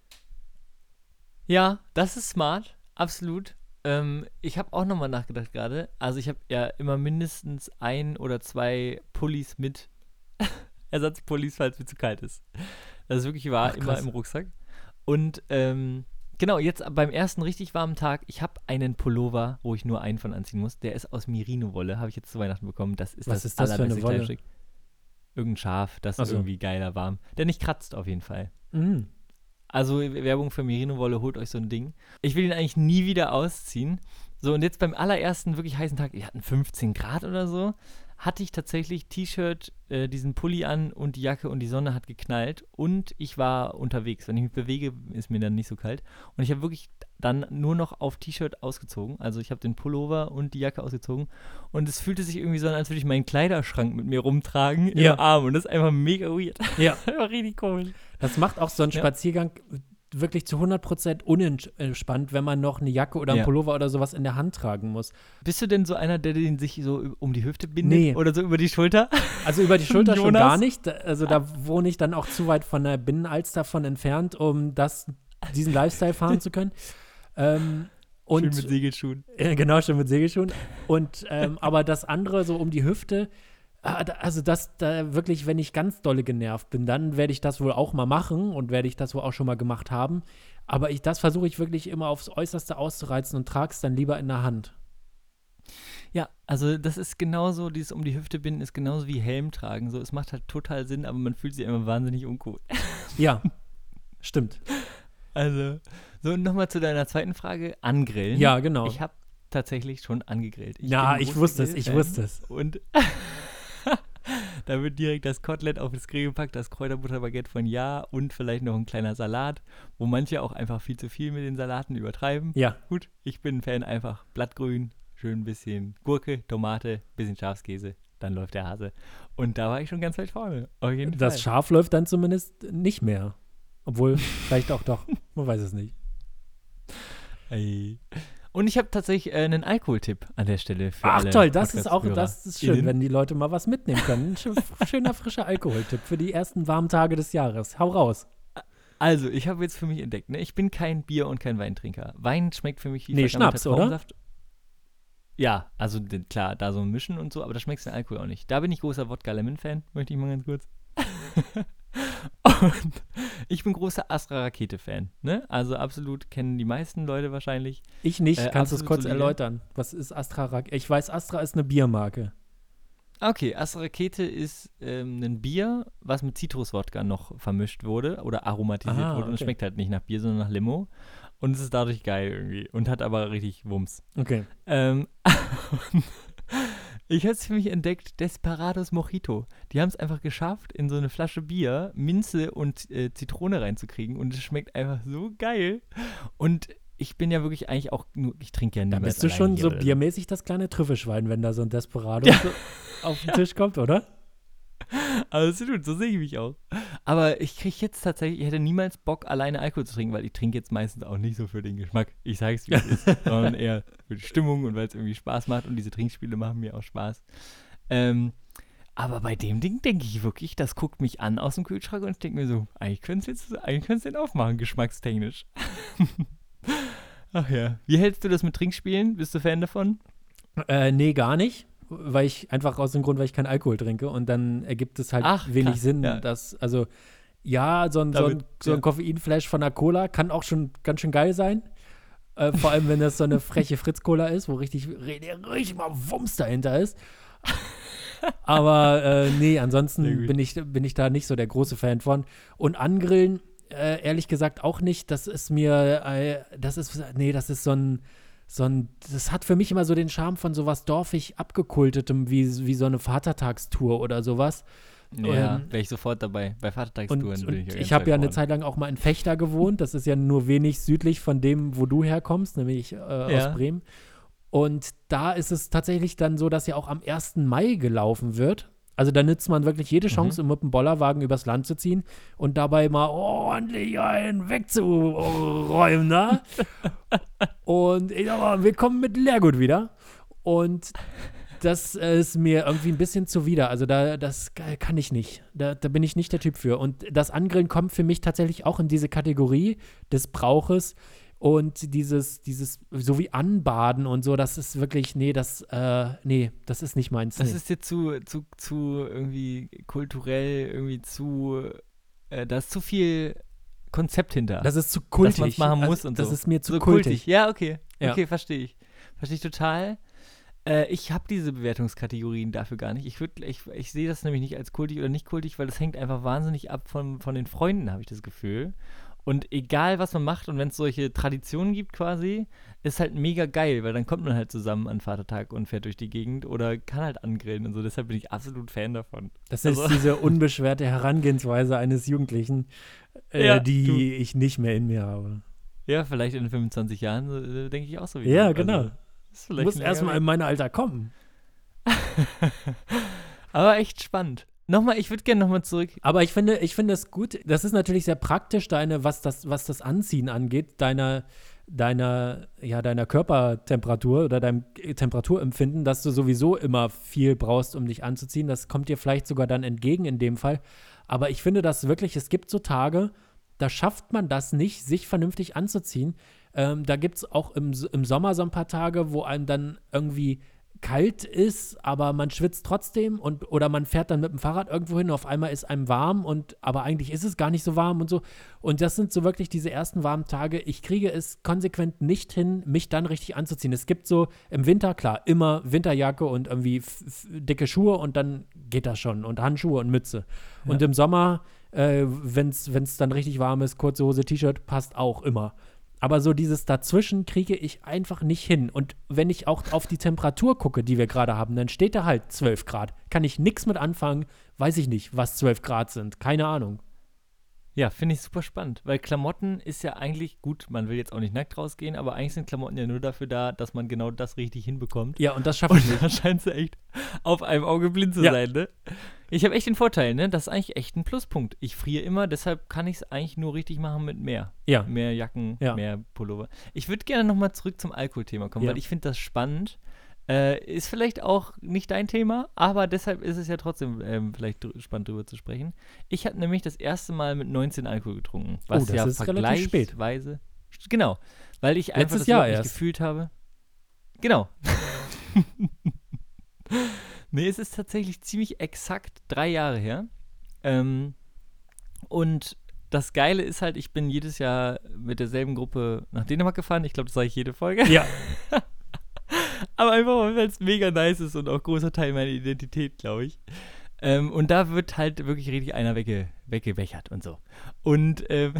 Ja, das ist smart, absolut. Ähm, ich habe auch nochmal nachgedacht gerade. Also ich habe ja immer mindestens ein oder zwei Pullis mit, Ersatzpullis, falls mir zu kalt ist. Das ist wirklich wahr, Ach, immer krass. im Rucksack. Und ähm, genau, jetzt beim ersten richtig warmen Tag, ich habe einen Pullover, wo ich nur einen von anziehen muss. Der ist aus Merino-Wolle, habe ich jetzt zu Weihnachten bekommen. Das ist Was das ist das für eine allerbeste Wolle? Kleidungsstück. Irgendein Schaf, das Ach ist so. irgendwie geiler warm. Der nicht kratzt auf jeden Fall. Mhm. Also Werbung für Merino-Wolle, holt euch so ein Ding. Ich will ihn eigentlich nie wieder ausziehen. So, und jetzt beim allerersten wirklich heißen Tag, wir hatten fünfzehn Grad oder so, hatte ich tatsächlich T-Shirt, äh, diesen Pulli an und die Jacke und die Sonne hat geknallt und ich war unterwegs. Wenn ich mich bewege, ist mir dann nicht so kalt. Und ich habe wirklich dann nur noch auf T-Shirt ausgezogen. Also ich habe den Pullover und die Jacke ausgezogen und es fühlte sich irgendwie so an, als würde ich meinen Kleiderschrank mit mir rumtragen Ja. im Arm und das ist einfach mega weird. Ja. Einfach richtig komisch. Das macht auch so einen Ja. Spaziergang wirklich zu hundert Prozent unentspannt, wenn man noch eine Jacke oder einen Ja. Pullover oder sowas in der Hand tragen muss. Bist du denn so einer, der den sich so um die Hüfte bindet? Nee. Oder so über die Schulter? Also über die Schulter schon Jonas? gar nicht. Also da wohne ich dann auch zu weit von der Binnenalster von entfernt, um das, diesen Lifestyle fahren zu können. Ähm, und Schön mit Segelschuhen. Äh, genau, schon mit Segelschuhen. Und ähm, aber das andere so um die Hüfte, ah, da, also das da wirklich, wenn ich ganz dolle genervt bin, dann werde ich das wohl auch mal machen und werde ich das wohl auch schon mal gemacht haben. Aber ich, das versuche ich wirklich immer aufs Äußerste auszureizen und trage es dann lieber in der Hand. Ja, also das ist genauso, dieses um die Hüfte binden ist genauso wie Helm tragen. So, es macht halt total Sinn, aber man fühlt sich immer wahnsinnig uncool. Ja, stimmt. Also, so und nochmal zu deiner zweiten Frage, angrillen. Ja, genau. Ich habe tatsächlich schon angegrillt. Ich Ja, bin ein ich großer wusste es, ich Grillfan wusste es. Und da wird direkt das Kotelett auf das Grill gepackt, das Kräuterbutterbaguette von Ja und vielleicht noch ein kleiner Salat, wo manche auch einfach viel zu viel mit den Salaten übertreiben. Ja, Gut, ich bin ein Fan einfach blattgrün, schön ein bisschen Gurke, Tomate, bisschen Schafskäse, dann läuft der Hase. Und da war ich schon ganz weit vorne, auf jeden das Fall. Schaf läuft dann zumindest nicht mehr. Obwohl, vielleicht auch doch. Man weiß es nicht. Ey. Und ich habe tatsächlich äh, einen Alkoholtipp an der Stelle für Ach alle toll, das ist auch, das ist schön, PodcasthörerInnen. wenn die Leute mal was mitnehmen können. Ein schö- schöner, frischer Alkoholtipp für die ersten warmen Tage des Jahres. Hau raus. Also, ich habe jetzt für mich entdeckt, ne? Ich bin kein Bier- und kein Weintrinker. Wein schmeckt für mich wie Nee, vergammelter Schnaps, oder? Traubensaft. Ja, also d- klar, da so ein Mischen und so, aber da schmeckt den Alkohol auch nicht. Da bin ich großer Wodka-Lemon-Fan, möchte ich mal ganz kurz. Und ich bin großer Astra-Rakete-Fan, ne? Also absolut kennen die meisten Leute wahrscheinlich. Ich nicht. Äh, Kannst du es absolut kurz solide. erläutern? Was ist Astra? Rak- Ich weiß, Astra ist eine Biermarke. Okay, Astra-Rakete ist ähm, ein Bier, was mit Zitruswodka noch vermischt wurde oder aromatisiert Aha, wurde und es okay. schmeckt halt nicht nach Bier, sondern nach Limo. Und es ist dadurch geil irgendwie und hat aber richtig Wumms. Okay. Ähm, ich habe es für mich entdeckt, Desperados Mojito. Die haben es einfach geschafft, in so eine Flasche Bier Minze und äh, Zitrone reinzukriegen und es schmeckt einfach so geil. Und ich bin ja wirklich eigentlich auch nur, ich trinke ja Da niemals bist du schon alleine so Bier oder biermäßig das kleine Trüffelschwein, wenn da so ein Desperado Ja. so auf den Tisch kommt, oder? Also absolut, so sehe ich mich auch. Aber ich kriege jetzt tatsächlich, ich hätte niemals Bock, alleine Alkohol zu trinken, weil ich trinke jetzt meistens auch nicht so für den Geschmack. Ich sage es, wie es ist, sondern eher für die Stimmung und weil es irgendwie Spaß macht und diese Trinkspiele machen mir auch Spaß. Ähm, aber bei dem Ding denke ich wirklich, das guckt mich an aus dem Kühlschrank und ich denke mir so, eigentlich könntest du jetzt, eigentlich könntest du den aufmachen, geschmackstechnisch. Ach ja. Wie hältst du das mit Trinkspielen? Bist du Fan davon? Äh, nee, gar nicht. Weil ich einfach aus dem Grund, weil ich keinen Alkohol trinke und dann ergibt es halt Ach, wenig krass, Sinn, ja. dass, also, ja, so ein, so ein, Damit, so ein ja. Koffeinflash von einer Cola kann auch schon ganz schön geil sein. Äh, vor allem, wenn das so eine freche Fritz-Cola ist, wo richtig, richtig, richtig mal Wumms dahinter ist. Aber äh, nee, Sehr ansonsten gut. bin ich, bin ich da nicht so der große Fan von. Und angrillen, äh, ehrlich gesagt, auch nicht. Das ist mir, äh, das ist, nee, das ist so ein, so ein, das hat für mich immer so den Charme von sowas dorfig abgekultetem, wie, wie so eine Vatertagstour oder sowas. Ja, Ähm, wäre ich sofort dabei. Bei Und, Vatertagstouren bin ich und ja ich ganz habe weit ja eine vorne. Zeit lang auch mal in Vechta gewohnt. Das ist ja nur wenig südlich von dem, wo du herkommst, nämlich äh, Ja. aus Bremen. Und da ist es tatsächlich dann so, dass ja auch am ersten Mai gelaufen wird. Also da nützt man wirklich jede Chance, um mit dem Bollerwagen übers Land zu ziehen und dabei mal ordentlich einen wegzuräumen, ne? Und ich sag mal, wir kommen mit Leergut wieder. Und das äh, ist mir irgendwie ein bisschen zuwider. Also da, das kann ich nicht. Da, da bin ich nicht der Typ für. Und das Angrillen kommt für mich tatsächlich auch in diese Kategorie des Brauches und dieses, dieses, so wie Anbaden und so, das ist wirklich, nee, das, äh, nee, das ist nicht meins. Das nee. ist dir zu, zu, zu irgendwie kulturell, irgendwie zu, äh, da ist zu viel Konzept hinter. Das ist zu kultig. man's machen muss und das so. ist mir zu so kultig. Ja, okay. Ja. Okay, verstehe ich. Verstehe ich total. Äh, ich habe diese Bewertungskategorien dafür gar nicht. Ich, würd, ich, ich sehe das nämlich nicht als kultig oder nicht kultig, weil das hängt einfach wahnsinnig ab von, von den Freunden, habe ich das Gefühl. Und egal, was man macht und wenn es solche Traditionen gibt quasi, ist halt mega geil, weil dann kommt man halt zusammen an Vatertag und fährt durch die Gegend oder kann halt angrillen und so. Deshalb bin ich absolut Fan davon. Das Also- ist diese unbeschwerte Herangehensweise eines Jugendlichen, äh, Ja, die du- ich nicht mehr in mir habe. Ja, vielleicht in fünfundzwanzig Jahren äh, denke ich auch so wie Ja, du. genau. Also, ist Du vielleicht musst ein erstmal langer in mein Alter kommen. Aber echt spannend. Nochmal, ich würde gerne nochmal zurück. Aber ich finde, ich finde es gut. Das ist natürlich sehr praktisch, deine, was das, was das Anziehen angeht, deiner, deiner, ja, deiner Körpertemperatur oder deinem Temperaturempfinden, dass du sowieso immer viel brauchst, um dich anzuziehen. Das kommt dir vielleicht sogar dann entgegen in dem Fall. Aber ich finde das wirklich, es gibt so Tage, da schafft man das nicht, sich vernünftig anzuziehen. Ähm, da gibt es auch im, im Sommer so ein paar Tage, wo einem dann irgendwie kalt ist, aber man schwitzt trotzdem und oder man fährt dann mit dem Fahrrad irgendwo hin, auf einmal ist einem warm und aber eigentlich ist es gar nicht so warm und so. Und das sind so wirklich diese ersten warmen Tage. Ich kriege es konsequent nicht hin, mich dann richtig anzuziehen. Es gibt so im Winter, klar, immer Winterjacke und irgendwie f- f- dicke Schuhe und dann geht das schon und Handschuhe und Mütze. Ja. Und im Sommer, äh, wenn es dann richtig warm ist, kurze Hose, T-Shirt, passt auch immer. Aber so dieses Dazwischen kriege ich einfach nicht hin. Und wenn ich auch auf die Temperatur gucke, die wir gerade haben, dann steht da halt zwölf Grad. Kann ich nichts mit anfangen, weiß ich nicht, was zwölf Grad sind. Keine Ahnung. Ja, finde ich super spannend, weil Klamotten ist ja eigentlich gut, man will jetzt auch nicht nackt rausgehen, aber eigentlich sind Klamotten ja nur dafür da, dass man genau das richtig hinbekommt. Ja, und das schaffe ich Und nicht. da scheint sie echt auf einem Auge blind zu Ja. sein, ne? Ich habe echt den Vorteil, ne? Das ist eigentlich echt ein Pluspunkt. Ich friere immer, deshalb kann ich es eigentlich nur richtig machen mit mehr. Ja. Mehr Jacken, Ja. mehr Pullover. Ich würde gerne nochmal zurück zum Alkoholthema kommen, Ja. weil ich finde das spannend. Äh, ist vielleicht auch nicht dein Thema, aber deshalb ist es ja trotzdem ähm, vielleicht dr- spannend drüber zu sprechen. Ich habe nämlich das erste Mal mit neunzehn Alkohol getrunken, was Oh, das ja ist relativ spät. vergleichsweise genau, weil ich einfach Letztes das Jahr überhaupt nicht erst. gefühlt habe. Genau. Nee, es ist tatsächlich ziemlich exakt drei Jahre her. Ähm, und das Geile ist halt, ich bin jedes Jahr mit derselben Gruppe nach Dänemark gefahren. Ich glaube, das sage ich jede Folge. Ja. Aber einfach, weil es mega nice ist und auch großer Teil meiner Identität, glaube ich. Ähm, und da wird halt wirklich richtig einer wegge weggewächert und so. Und ähm,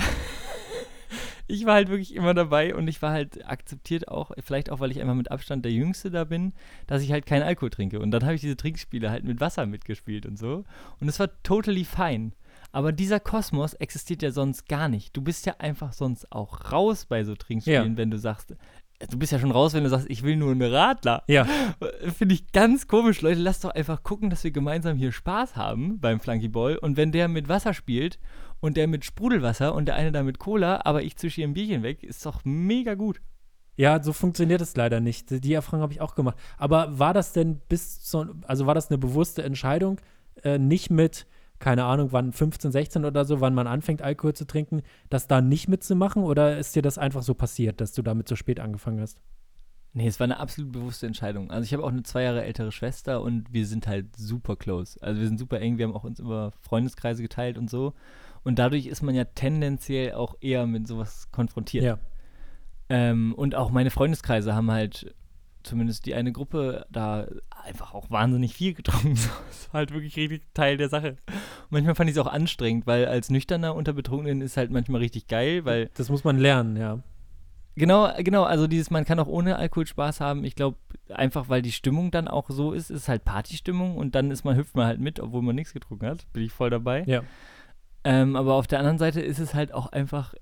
ich war halt wirklich immer dabei und ich war halt akzeptiert auch, vielleicht auch, weil ich einfach mit Abstand der Jüngste da bin, dass ich halt keinen Alkohol trinke. Und dann habe ich diese Trinkspiele halt mit Wasser mitgespielt und so. Und es war totally fine. Aber dieser Kosmos existiert ja sonst gar nicht. Du bist ja einfach sonst auch raus bei so Trinkspielen, Ja. wenn du sagst, du bist ja schon raus, wenn du sagst, ich will nur einen Radler. Ja. Finde ich ganz komisch, Leute. Lasst doch einfach gucken, dass wir gemeinsam hier Spaß haben beim Flunkyball. Und wenn der mit Wasser spielt und der mit Sprudelwasser und der eine da mit Cola, aber ich zische hier ein Bierchen weg, ist doch mega gut. Ja, so funktioniert es leider nicht. Die Erfahrung habe ich auch gemacht. Aber war das denn bis zu, also war das eine bewusste Entscheidung, äh, nicht mit, keine Ahnung, wann fünfzehn, sechzehn oder so, wann man anfängt, Alkohol zu trinken, das da nicht mitzumachen? Oder ist dir das einfach so passiert, dass du damit so spät angefangen hast? Nee, es war eine absolut bewusste Entscheidung. Also ich habe auch eine zwei Jahre ältere Schwester und wir sind halt super close. Also wir sind super eng, wir haben auch uns über Freundeskreise geteilt und so. Und dadurch ist man ja tendenziell auch eher mit sowas konfrontiert. Ja. Ähm, und auch meine Freundeskreise haben halt, zumindest die eine Gruppe, da einfach auch wahnsinnig viel getrunken. Das war halt wirklich richtig Teil der Sache. Und manchmal fand ich es auch anstrengend, weil als Nüchterner unter Betrunkenen ist halt manchmal richtig geil, weil Das muss man lernen, ja. Genau, genau, also dieses, man kann auch ohne Alkohol Spaß haben. Ich glaube, einfach weil die Stimmung dann auch so ist, ist halt Partystimmung und dann ist man, hüpft man halt mit, obwohl man nichts getrunken hat. Bin ich voll dabei. Ja. Ähm, aber auf der anderen Seite ist es halt auch einfach,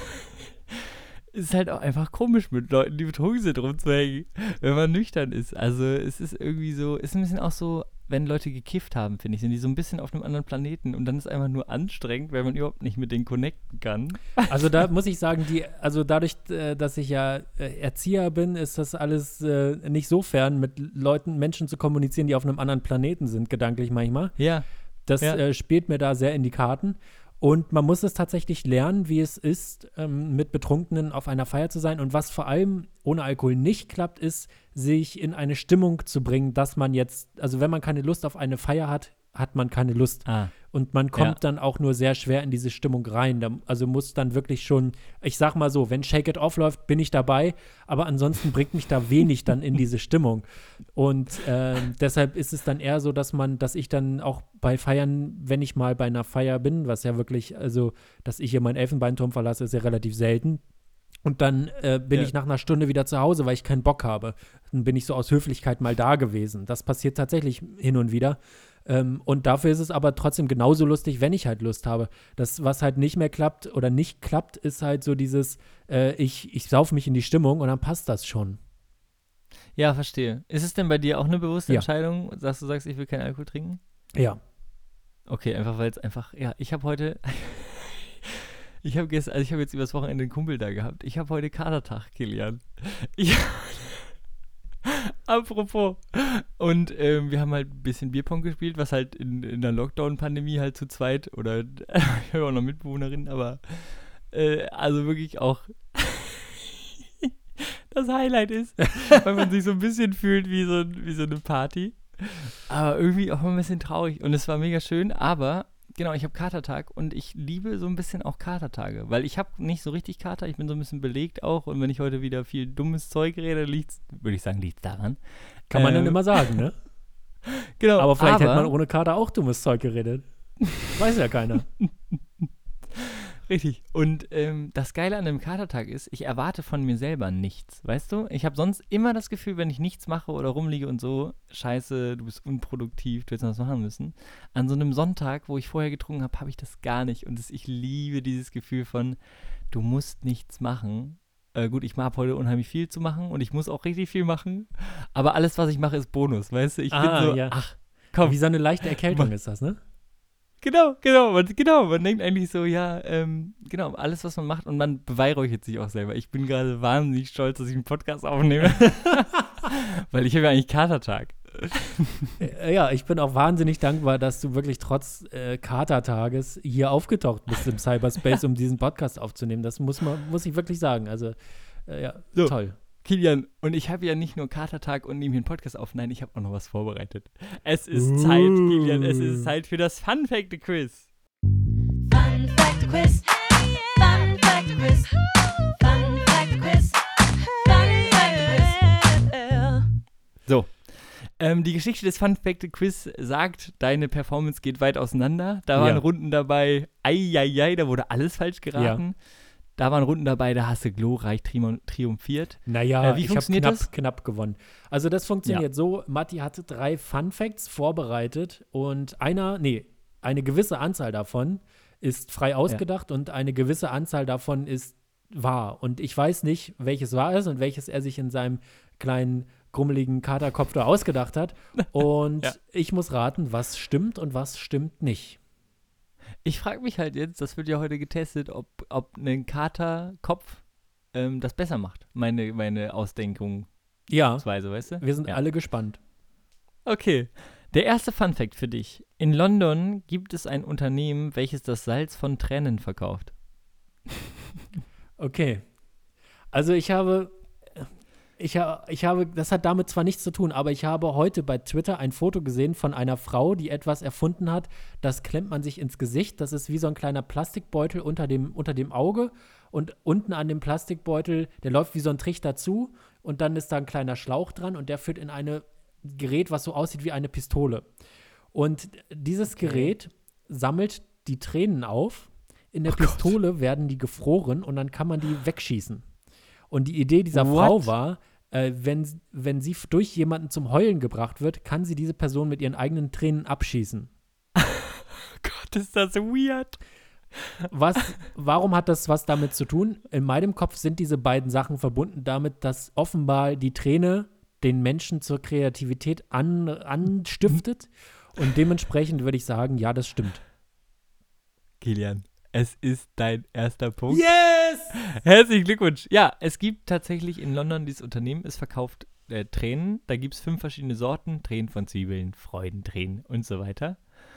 ist halt auch einfach komisch, mit Leuten, die betrunken sind, rumzuhängen, wenn man nüchtern ist. Also es ist irgendwie so, ist ein bisschen auch so, wenn Leute gekifft haben, finde ich, sind die so ein bisschen auf einem anderen Planeten und dann ist einfach nur anstrengend, weil man überhaupt nicht mit denen connecten kann. Also da muss ich sagen, die, also dadurch, äh, dass ich ja äh, Erzieher bin, ist das alles äh, nicht so fern, mit Leuten, Menschen zu kommunizieren, die auf einem anderen Planeten sind, gedanklich manchmal. Ja. Das Ja. äh, spielt mir da sehr in die Karten. Und man muss es tatsächlich lernen, wie es ist, ähm, mit Betrunkenen auf einer Feier zu sein. Und was vor allem ohne Alkohol nicht klappt, ist, sich in eine Stimmung zu bringen, dass man jetzt, also wenn man keine Lust auf eine Feier hat, hat man keine Lust. Ah. Und man kommt Ja. dann auch nur sehr schwer in diese Stimmung rein. Da, also muss dann wirklich schon, ich sag mal so, wenn Shake It Off läuft, bin ich dabei, aber ansonsten bringt mich da wenig dann in diese Stimmung. Und ähm, deshalb ist es dann eher so, dass man, dass ich dann auch bei Feiern, wenn ich mal bei einer Feier bin, was ja wirklich, also, dass ich hier meinen Elfenbeinturm verlasse, ist ja relativ selten. Und dann äh, bin Ja. ich nach einer Stunde wieder zu Hause, weil ich keinen Bock habe. Dann bin ich so aus Höflichkeit mal da gewesen. Das passiert tatsächlich hin und wieder. Ähm, und dafür ist es aber trotzdem genauso lustig, wenn ich halt Lust habe. Das, was halt nicht mehr klappt oder nicht klappt, ist halt so dieses, äh, ich, ich sauf mich in die Stimmung und dann passt das schon. Ja, verstehe. Ist es denn bei dir auch eine bewusste Ja. Entscheidung, dass du sagst, ich will keinen Alkohol trinken? Ja. Okay, einfach weil es einfach, ja, ich habe heute, ich habe gestern, also ich habe jetzt übers Wochenende einen Kumpel da gehabt. Ich habe heute Katertag, Kilian. Ich, apropos. Und ähm, wir haben halt ein bisschen Bierpong gespielt, was halt in, in der Lockdown-Pandemie halt zu zweit oder ich habe auch noch Mitbewohnerin, aber äh, also wirklich auch das Highlight ist, weil man sich so ein bisschen fühlt wie so, wie so eine Party. Aber irgendwie auch mal ein bisschen traurig. Und es war mega schön, aber genau, ich habe Katertag und ich liebe so ein bisschen auch Katertage, weil ich habe nicht so richtig Kater, ich bin so ein bisschen belegt auch und wenn ich heute wieder viel dummes Zeug rede, liegt's, würde ich sagen, liegt's daran. Kann man Ähm, dann immer sagen, ne? Genau, Aber vielleicht aber, hätte man ohne Kater auch dummes Zeug geredet. Weiß ja keiner. Richtig. Und ähm, das Geile an einem Katertag ist, ich erwarte von mir selber nichts, weißt du? Ich habe sonst immer das Gefühl, wenn ich nichts mache oder rumliege und so, scheiße, du bist unproduktiv, du hättest noch was machen müssen. An so einem Sonntag, wo ich vorher getrunken habe, habe ich das gar nicht. Und das, ich liebe dieses Gefühl von, du musst nichts machen. Äh, gut, ich habe heute unheimlich viel zu machen und ich muss auch richtig viel machen. Aber alles, was ich mache, ist Bonus, weißt du? Ich Ah, bin so, ja. ach, komm. Wie so eine leichte Erkältung ist das, ne? Genau, genau, man, genau. Man denkt eigentlich so, ja, ähm, genau, alles, was man macht und man beweihräuchert sich auch selber. Ich bin gerade wahnsinnig stolz, dass ich einen Podcast aufnehme, weil ich habe ja eigentlich Katertag. Äh, Ja, ich bin auch wahnsinnig dankbar, dass du wirklich trotz äh, Katertages hier aufgetaucht bist im Cyberspace, um diesen Podcast aufzunehmen. Das muss man, muss ich wirklich sagen. Also, äh, ja, So. toll. Kilian, und ich habe ja nicht nur Katertag und nehme hier einen Podcast auf, nein, ich habe auch noch was vorbereitet. Es ist Zeit, Kilian, es ist Zeit für das Fun Fact Quiz. Fun Fact Quiz. Fun Fact Quiz. Fun Fact Quiz. Fun Fact Quiz. So, ähm, die Geschichte des Fun Fact Quiz sagt, deine Performance geht weit auseinander. Da waren Ja. Runden dabei, eieiei, da wurde alles falsch geraten. Da waren Runden dabei, da hast du glorreich trium- triumphiert. Naja, Äh, wie ich habe funktioniert knapp, das? knapp gewonnen. Also das funktioniert so, Matti hatte drei Fun Facts vorbereitet und einer, nee, eine gewisse Anzahl davon ist frei ausgedacht und eine gewisse Anzahl davon ist wahr. Und ich weiß nicht, welches wahr ist und welches er sich in seinem kleinen, grummeligen Katerkopf da ausgedacht hat. Und Ja. ich muss raten, was stimmt und was stimmt nicht. Ich frage mich halt jetzt, das wird ja heute getestet, ob, ob ein Katerkopf ähm, das besser macht. Meine, meine Ausdenkungsweise, Ja, weißt du? wir sind ja. alle gespannt. Okay. Der erste Funfact für dich. In London gibt es ein Unternehmen, welches das Salz von Tränen verkauft. Okay. Also ich habe, ich, ha, ich habe, das hat damit zwar nichts zu tun, aber ich habe heute bei Twitter ein Foto gesehen von einer Frau, die etwas erfunden hat, das klemmt man sich ins Gesicht. Das ist wie so ein kleiner Plastikbeutel unter dem, unter dem Auge und unten an dem Plastikbeutel, der läuft wie so ein Trichter zu und dann ist da ein kleiner Schlauch dran und der führt in ein Gerät, was so aussieht wie eine Pistole. Und dieses Okay. Gerät sammelt die Tränen auf. In der Oh Gott. Pistole werden die gefroren und dann kann man die wegschießen. Und die Idee dieser What? Frau war, äh, wenn, wenn sie f- durch jemanden zum Heulen gebracht wird, kann sie diese Person mit ihren eigenen Tränen abschießen. Gott, ist das weird. Was, warum hat das was damit zu tun? In meinem Kopf sind diese beiden Sachen verbunden damit, dass offenbar die Träne den Menschen zur Kreativität an, anstiftet. Und dementsprechend würde ich sagen, ja, das stimmt. Kilian, es ist dein erster Punkt. Yes! Herzlichen Glückwunsch. Ja, es gibt tatsächlich in London dieses Unternehmen, es verkauft äh, Tränen. Da gibt es fünf verschiedene Sorten. Tränen von Zwiebeln, Freudentränen und so weiter.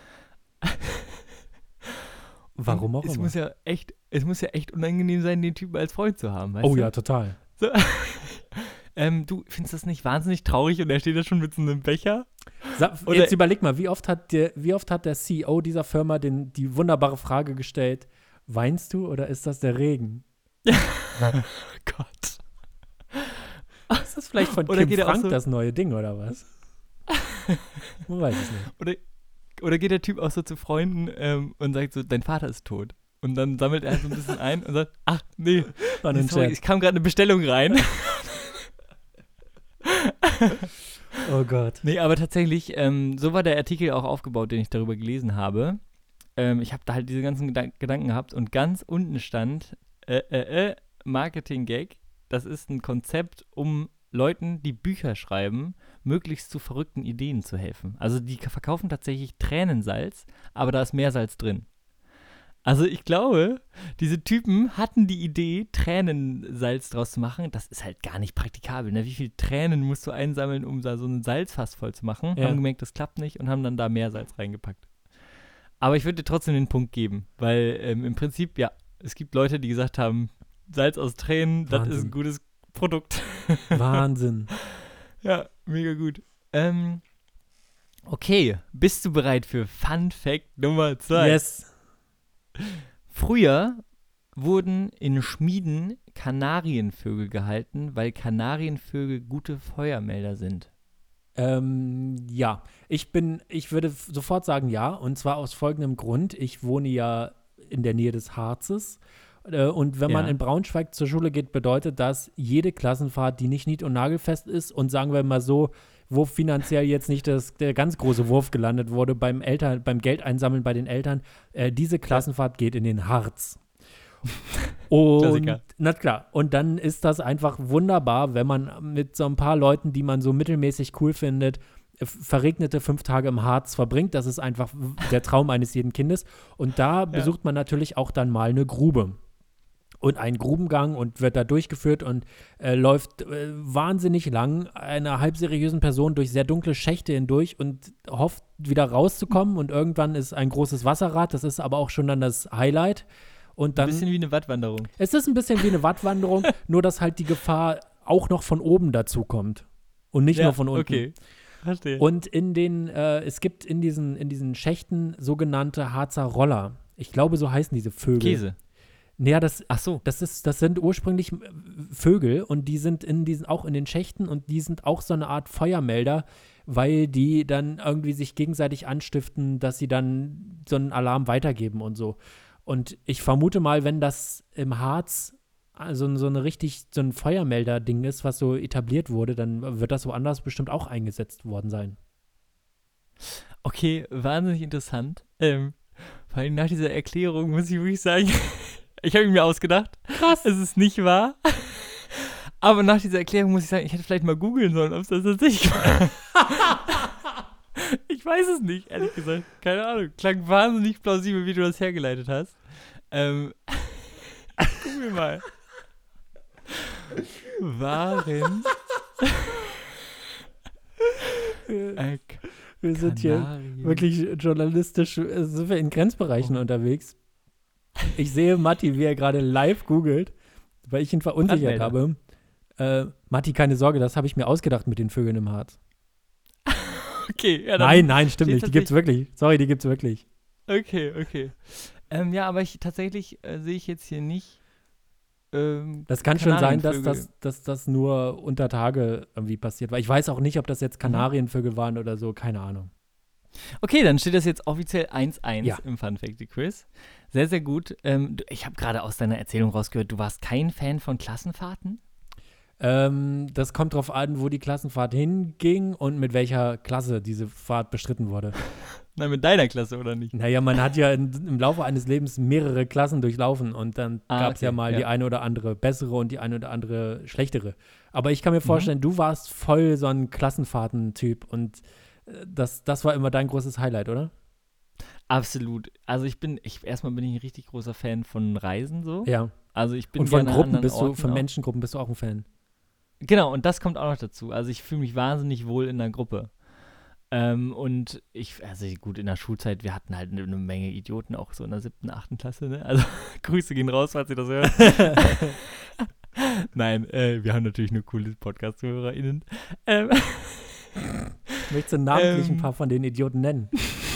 Warum auch es immer. Muss ja echt, es muss ja echt unangenehm sein, den Typen als Freund zu haben. Weißt Oh du? ja, total. So. ähm, du findest das nicht wahnsinnig traurig und er steht da schon mit so einem Becher? Sa- Oder- Jetzt überleg mal, wie oft hat der, wie oft hat der C E O dieser Firma den, die wunderbare Frage gestellt, weinst du oder ist das der Regen? Gott. Ist das vielleicht von Oder Kim geht er auch Frank so- das neue Ding oder was? Man weiß es nicht. Oder, oder geht der Typ auch so zu Freunden ähm, und sagt so, dein Vater ist tot. Und dann sammelt er so ein bisschen ein und sagt, ach nee, War nee nur ein sorry, Scherz. es kam gerade eine Bestellung rein. Oh Gott. Nee, aber tatsächlich, ähm, so war der Artikel auch aufgebaut, den ich darüber gelesen habe. Ähm, ich habe da halt diese ganzen Gedan- Gedanken gehabt und ganz unten stand, äh, äh, äh, Marketing-Gag, das ist ein Konzept, um Leuten, die Bücher schreiben, möglichst zu verrückten Ideen zu helfen. Also die k- verkaufen tatsächlich Tränensalz, aber da ist Meersalz drin. Also ich glaube, diese Typen hatten die Idee, Tränensalz draus zu machen. Das ist halt gar nicht praktikabel. Ne? Wie viele Tränen musst du einsammeln, um da so ein Salzfass voll zu machen? Ja. Haben gemerkt, das klappt nicht und haben dann da Meersalz reingepackt. Aber ich würde dir trotzdem den Punkt geben, weil ähm, im Prinzip, ja, es gibt Leute, die gesagt haben, Salz aus Tränen, das ist Wahnsinn. ein gutes Produkt. Wahnsinn. Ja, mega gut. Ähm, okay, bist du bereit für Fun Fact Nummer zwei? Yes. Früher wurden in Schmieden Kanarienvögel gehalten, weil Kanarienvögel gute Feuermelder sind. Ähm, ja, ich bin, ich würde f- sofort sagen ja, und zwar aus folgendem Grund. Ich wohne ja in der Nähe des Harzes. Äh, und wenn man Ja. in Braunschweig zur Schule geht, bedeutet das, jede Klassenfahrt, die nicht nied- und nagelfest ist und sagen wir mal so, wo finanziell jetzt nicht das, der ganz große Wurf gelandet wurde beim Eltern, beim Geldeinsammeln bei den Eltern, äh, diese Klassenfahrt geht in den Harz. Und, Klassiker. na klar, und dann ist das einfach wunderbar, wenn man mit so ein paar Leuten, die man so mittelmäßig cool findet, äh, verregnete fünf Tage im Harz verbringt. Das ist einfach w- der Traum eines jeden Kindes. Und da besucht man natürlich auch dann mal eine Grube. Und einen Grubengang und wird da durchgeführt und äh, läuft äh, wahnsinnig lang einer halbseriösen Person durch sehr dunkle Schächte hindurch und hofft, wieder rauszukommen. Und irgendwann ist ein großes Wasserrad, das ist aber auch schon dann das Highlight. Und Ein dann, bisschen wie eine Wattwanderung. es ist ein bisschen wie eine Wattwanderung, nur dass halt die Gefahr auch noch von oben dazu kommt und nicht nur von unten. Okay, verstehe. Und in den, äh, es gibt in diesen, in diesen Schächten sogenannte Harzer Roller. Ich glaube, so heißen diese Vögel. Käse. Naja, das, Ach so. das, ist, das sind ursprünglich äh, Vögel und die sind in diesen, auch in den Schächten und die sind auch so eine Art Feuermelder, weil die dann irgendwie sich gegenseitig anstiften, dass sie dann so einen Alarm weitergeben und so. Und ich vermute mal, wenn das im Harz also so eine richtig, so ein Feuermelder-Ding ist, was so etabliert wurde, dann wird das woanders bestimmt auch eingesetzt worden sein. Okay, wahnsinnig interessant. Ähm, vor allem nach dieser Erklärung muss ich wirklich sagen, ich habe ihn mir ausgedacht. Krass. Es ist nicht wahr. Aber nach dieser Erklärung muss ich sagen, ich hätte vielleicht mal googeln sollen, ob es das tatsächlich war. Ich weiß es nicht, ehrlich gesagt. Keine Ahnung. Klang wahnsinnig plausibel, wie du das hergeleitet hast. Ähm, google mal. Waren äh, Wir sind hier Kanarien- wirklich journalistisch, äh, sind wir in Grenzbereichen Oh. unterwegs. Ich sehe Matti, wie er gerade live googelt, weil ich ihn verunsichert habe. Äh, Matti, keine Sorge, das habe ich mir ausgedacht mit den Vögeln im Harz. Okay, ja, dann Nein, nein, stimmt steht nicht. Die gibt's wirklich. Sorry, die gibt's wirklich. Okay, okay. Ähm, ja, aber ich tatsächlich äh, sehe ich jetzt hier nicht. Ähm, Das kann schon sein, dass Kanarienvögel. das, dass das nur unter Tage irgendwie passiert war. Ich weiß auch nicht, ob das Mhm. jetzt Kanarienvögel waren oder so, keine Ahnung. Okay, dann steht das jetzt offiziell eins eins Ja. im Fun Fact Quiz. Sehr, sehr gut. Ähm, du- ich habe gerade aus deiner Erzählung rausgehört, du warst kein Fan von Klassenfahrten? Ähm, das kommt drauf an, wo die Klassenfahrt hinging und mit welcher Klasse diese Fahrt bestritten wurde. Nein, mit deiner Klasse oder nicht? Naja, man hat ja in, im Laufe eines Lebens mehrere Klassen durchlaufen und dann Ah, gab es ja okay, mal ja. die eine oder andere bessere und die eine oder andere schlechtere. Aber ich kann Mhm. mir vorstellen, du warst voll so ein Klassenfahrten-Typ und äh, das, das war immer dein großes Highlight, oder? Absolut. Also ich bin, ich erstmal bin ich ein richtig großer Fan von Reisen so. Ja. Also ich bin Und von gerne an Gruppen anderen bist du, Orten von auch. Menschengruppen bist du auch ein Fan. Genau, und das kommt auch noch dazu. Also ich fühle mich wahnsinnig wohl in der Gruppe. Ähm, und ich, also gut, in der Schulzeit, wir hatten halt eine, eine Menge Idioten, auch so in der siebten, achten Klasse, ne? Also Grüße gehen raus, falls ihr das hört. Nein, äh, wir haben natürlich nur coole Podcast-ZuhörerInnen. Ähm, Möchtest du namentlich Ähm. ein paar von den Idioten nennen?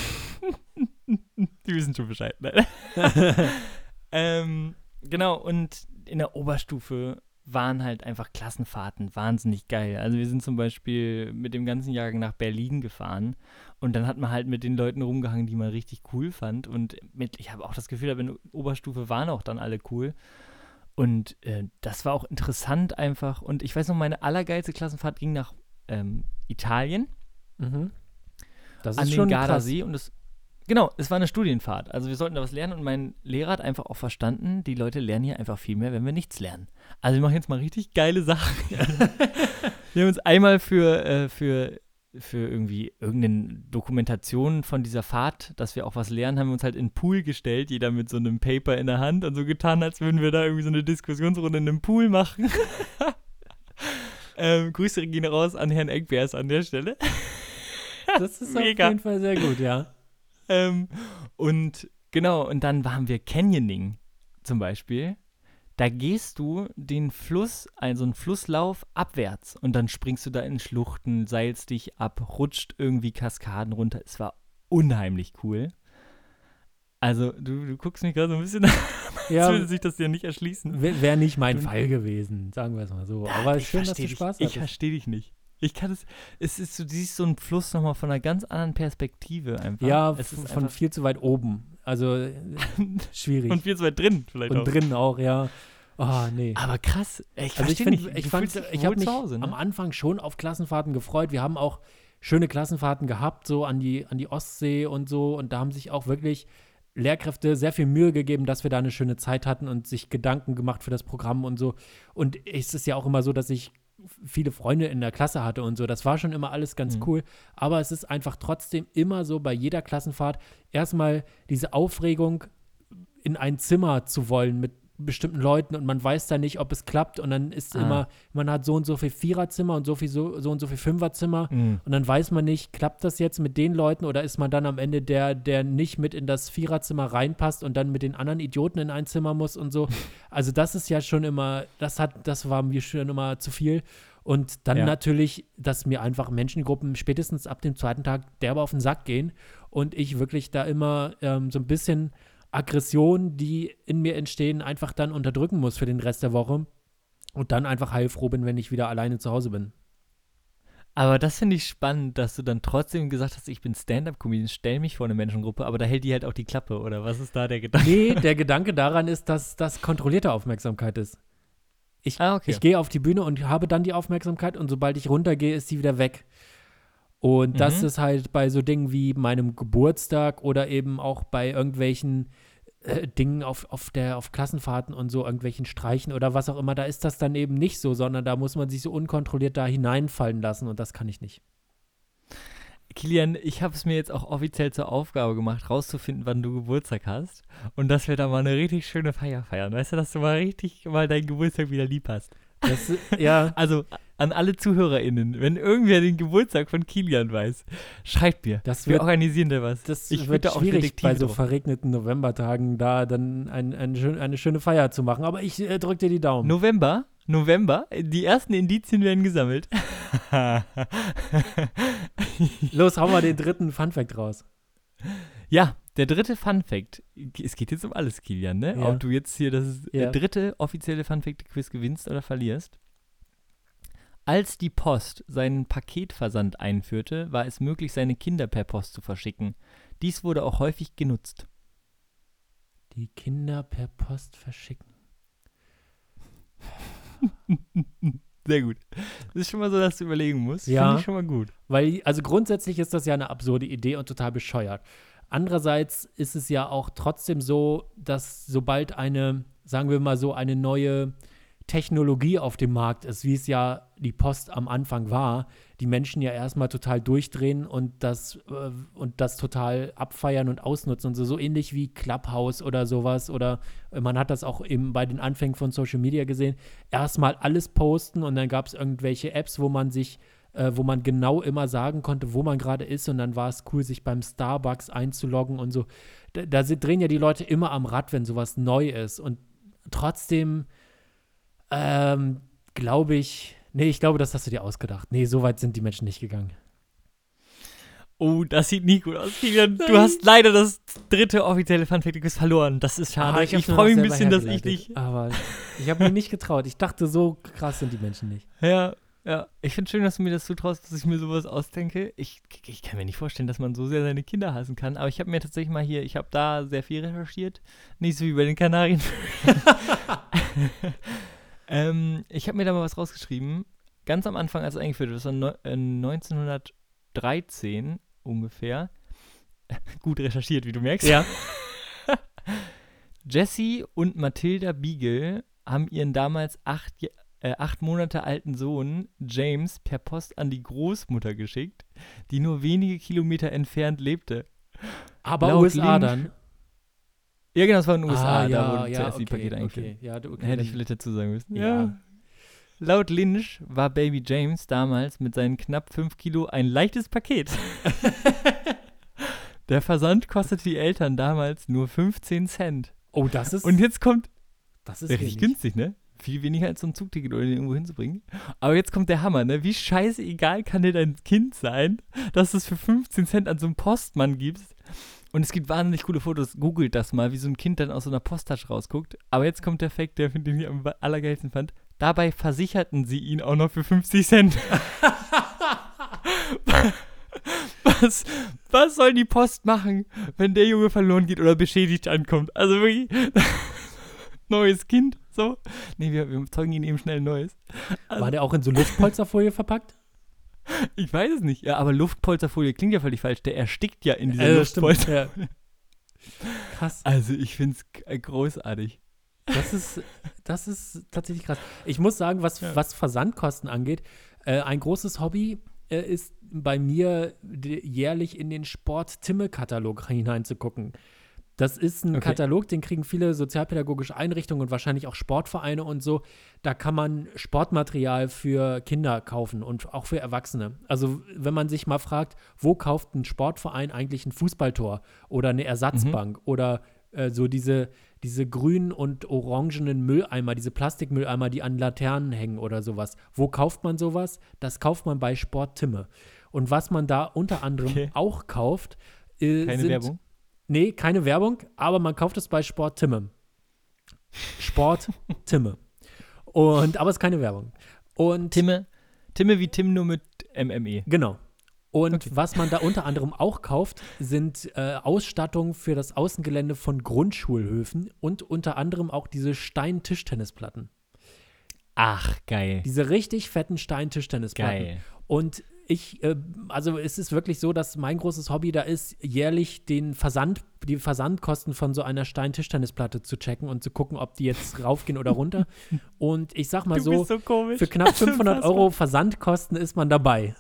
Die wissen schon Bescheid. Nein. ähm, genau, und in der Oberstufe waren halt einfach Klassenfahrten wahnsinnig geil. Also wir sind zum Beispiel mit dem ganzen Jahrgang nach Berlin gefahren und dann hat man halt mit den Leuten rumgehangen, die man richtig cool fand. Und mit, ich habe auch das Gefühl, in der Oberstufe waren auch dann alle cool. Und äh, das war auch interessant einfach. Und ich weiß noch, meine allergeilste Klassenfahrt ging nach ähm, Italien. Mhm. Das an ist den schon krass. Gardasee und es genau, es war eine Studienfahrt. Also wir sollten da was lernen und mein Lehrer hat einfach auch verstanden, die Leute lernen hier einfach viel mehr, wenn wir nichts lernen. Also wir machen jetzt mal richtig geile Sachen. Wir haben uns einmal für, äh, für, für irgendwie irgendeine Dokumentation von dieser Fahrt, dass wir auch was lernen, haben wir uns halt in den Pool gestellt, jeder mit so einem Paper in der Hand und so getan, als würden wir da irgendwie so eine Diskussionsrunde in einem Pool machen. ähm, Grüße gehen raus an Herrn Eckbeers an der Stelle. Das ist Mega. auf jeden Fall sehr gut, ja. Ähm, und genau, und dann waren wir Canyoning zum Beispiel. Da gehst du den Fluss, also einen Flusslauf abwärts und dann springst du da in Schluchten, seilst dich ab, rutscht irgendwie Kaskaden runter. Es war unheimlich cool. Also, du, du guckst mich gerade so ein bisschen an, als Ja, würde sich das dir nicht erschließen. wäre wär nicht mein Du- Fall gewesen, sagen wir es mal so. Aber ich schön, dass versteh du dich, Spaß Ich hattest. verstehe dich nicht. Ich kann es, es ist, du siehst so einen Fluss nochmal von einer ganz anderen Perspektive einfach. Ja, es ist f- von einfach, viel zu weit oben. Also äh, schwierig. und viel zu weit drin vielleicht Und auch. drinnen auch, ja. Oh, nee. Aber krass, ich Also ich verstehe finde, nicht. ich Du fand, fühlst dich ich wohl habe mich zu Hause, ne? am Anfang schon auf Klassenfahrten gefreut. Wir haben auch schöne Klassenfahrten gehabt, so an die, an die Ostsee und so. Und da haben sich auch wirklich Lehrkräfte sehr viel Mühe gegeben, dass wir da eine schöne Zeit hatten und sich Gedanken gemacht für das Programm und so. Und es ist ja auch immer so, dass ich viele Freunde in der Klasse hatte und so. Das war schon immer alles ganz Mhm. cool. Aber es ist einfach trotzdem immer so bei jeder Klassenfahrt erstmal diese Aufregung, in ein Zimmer zu wollen mit bestimmten Leuten und man weiß dann nicht, ob es klappt und dann ist Ah. immer, man hat so und so viel Viererzimmer und so viel so, so und so viel Fünferzimmer Mhm. und dann weiß man nicht, klappt das jetzt mit den Leuten oder ist man dann am Ende der, der nicht mit in das Viererzimmer reinpasst und dann mit den anderen Idioten in ein Zimmer muss und so. Also das ist ja schon immer, das hat, das war mir schon immer zu viel. Und dann Ja. natürlich, dass mir einfach Menschengruppen spätestens ab dem zweiten Tag derbe auf den Sack gehen und ich wirklich da immer ähm, so ein bisschen Aggressionen, die in mir entstehen, einfach dann unterdrücken muss für den Rest der Woche und dann einfach heilfroh bin, wenn ich wieder alleine zu Hause bin. Aber das finde ich spannend, dass du dann trotzdem gesagt hast, ich bin Stand-Up-Comedian, stell mich vor eine Menschengruppe, aber da hält die halt auch die Klappe, oder was ist da der Gedanke? Nee, der Gedanke daran ist, dass das kontrollierte Aufmerksamkeit ist. Ich, Ah, okay. ich gehe auf die Bühne und habe dann die Aufmerksamkeit und sobald ich runtergehe, ist sie wieder weg. Und das Mhm. ist halt bei so Dingen wie meinem Geburtstag oder eben auch bei irgendwelchen äh, Dingen auf, auf, der, auf Klassenfahrten und so, irgendwelchen Streichen oder was auch immer, da ist das dann eben nicht so, sondern da muss man sich so unkontrolliert da hineinfallen lassen und das kann ich nicht. Kilian, ich habe es mir jetzt auch offiziell zur Aufgabe gemacht, rauszufinden, wann du Geburtstag hast und dass wir da mal eine richtig schöne Feier feiern. Weißt du, dass du mal richtig mal deinen Geburtstag wieder lieb hast. Das, ja, Also an alle ZuhörerInnen, wenn irgendwer den Geburtstag von Kilian weiß, schreibt mir. Das wir wird- organisieren da was. das Ich wird da auch schwierig Detektive bei so drauf. verregneten Novembertagen da dann ein, ein, schön- eine schöne Feier zu machen, aber ich äh, drück dir die Daumen. November, November, die ersten Indizien werden gesammelt. Los, hau mal den dritten Funfact raus. Ja, der dritte Funfact. Es geht jetzt um alles, Kilian, ne? Ja. Ob du jetzt hier das Ja. äh, dritte offizielle Funfact-Quiz gewinnst oder verlierst. Als die Post seinen Paketversand einführte, war es möglich, seine Kinder per Post zu verschicken. Dies wurde auch häufig genutzt. Die Kinder per Post verschicken. Sehr gut. Das ist schon mal so, dass du überlegen musst. Ja. Finde ich schon mal gut. Weil, also grundsätzlich ist das ja eine absurde Idee und total bescheuert. Andererseits ist es ja auch trotzdem so, dass sobald eine, sagen wir mal so, eine neue Technologie auf dem Markt ist, wie es ja die Post am Anfang war, die Menschen ja erstmal total durchdrehen und das, äh, und das total abfeiern und ausnutzen und so, so ähnlich wie Clubhouse oder sowas oder äh, man hat das auch eben bei den Anfängen von Social Media gesehen, erstmal alles posten und dann gab es irgendwelche Apps, wo man sich äh, wo man genau immer sagen konnte, wo man gerade ist und dann war es cool, sich beim Starbucks einzuloggen und so. Da, da sind, drehen ja die Leute immer am Rad, wenn sowas neu ist und trotzdem Ähm, glaube ich, nee, ich glaube, das hast du dir ausgedacht. Nee, so weit sind die Menschen nicht gegangen. Oh, das sieht nie gut aus. Kilian, du hast leider das dritte offizielle Funfact-Quiz verloren. Das ist schade. Ah, ich hab's mir freue mich noch ein bisschen, selber dass ich hergeleitet. dich. Aber ich habe mir nicht getraut. Ich dachte, so krass sind die Menschen nicht. Ja, ja. Ich finde schön, dass du mir das zutraust, dass ich mir sowas ausdenke. Ich, ich kann mir nicht vorstellen, dass man so sehr seine Kinder hassen kann. Aber ich habe mir tatsächlich mal hier, ich habe da sehr viel recherchiert. Nicht so wie bei den Kanarien. ähm, ich habe mir da mal was rausgeschrieben. Ganz am Anfang, als es eingeführt wurde, das war neu- äh, neunzehnhundertdreizehn ungefähr. Gut recherchiert, wie du merkst. Ja. Jessie und Matilda Beagle haben ihren damals acht, Je- äh, acht Monate alten Sohn James per Post an die Großmutter geschickt, die nur wenige Kilometer entfernt lebte. Aber Laut U S A Lynch- dann? Ja, genau, das war in den U S A, Ah, da ja, wurde ja, zuerst die okay, Pakete eingeführt. okay. Ja, du, okay, Hätte ich dann- vielleicht dazu sagen müssen. Ja. Laut Lynch war Baby James damals mit seinen knapp fünf Kilo ein leichtes Paket. Der Versand kostete die Eltern damals nur fünfzehn Cent. Oh, das ist, Und jetzt kommt, das ist richtig wenig. günstig, ne? Viel weniger als so ein Zugticket oder den irgendwo hinzubringen. Aber jetzt kommt der Hammer, ne? Wie scheißegal kann dir dein Kind sein, dass du es für fünfzehn Cent an so einen Postmann gibst. Und es gibt wahnsinnig coole Fotos. Googelt das mal, wie so ein Kind dann aus so einer Posttasche rausguckt. Aber jetzt kommt der Fact, der den ich am allergeilsten fand. Dabei versicherten sie ihn auch noch für fünfzig Cent. Was, was soll die Post machen, wenn der Junge verloren geht oder beschädigt ankommt? Also wirklich, neues Kind, so. Nee, wir, wir zeugen ihn eben schnell ein neues. Also, War der auch in so Luftpolsterfolie verpackt? ich weiß es nicht. Ja, aber Luftpolsterfolie klingt ja völlig falsch. Der erstickt ja in dieser Äh, stimmt, Luftpolster. ja. Krass. Also ich finde es großartig. Das ist, das ist tatsächlich krass. Ich muss sagen, was, Ja. was Versandkosten angeht, äh, ein großes Hobby äh, ist bei mir d- jährlich in den Sport-Timme-Katalog hineinzugucken. Das ist ein Okay. Katalog, den kriegen viele sozialpädagogische Einrichtungen und wahrscheinlich auch Sportvereine und so. Da kann man Sportmaterial für Kinder kaufen und auch für Erwachsene. Also wenn man sich mal fragt, wo kauft ein Sportverein eigentlich ein Fußballtor oder eine Ersatzbank oder äh, so diese, diese grünen und orangenen Mülleimer, diese Plastikmülleimer, die an Laternen hängen oder sowas. Wo kauft man sowas? Das kauft man bei Sport Timme. Und was man da unter anderem Okay. auch kauft, äh, Keine sind Werbung. Nee, keine Werbung, aber man kauft es bei Sport Timme. Sport Timme. Und, aber es ist keine Werbung. Und Timme, Timme wie Tim, nur mit M M E. genau. Und Okay. was man da unter anderem auch kauft, sind äh, Ausstattungen für das Außengelände von Grundschulhöfen und unter anderem auch diese Stein-Tischtennisplatten. Ach, geil. Diese richtig fetten Stein-Tischtennisplatten. Geil. Und ich, äh, also es ist wirklich so, dass mein großes Hobby da ist, jährlich den Versand, die Versandkosten von so einer Stein-Tischtennisplatte zu checken und zu gucken, ob die jetzt raufgehen oder runter. Und ich sag mal Du so, bist so komisch. für knapp fünfhundert Unfassbar. Euro Versandkosten ist man dabei.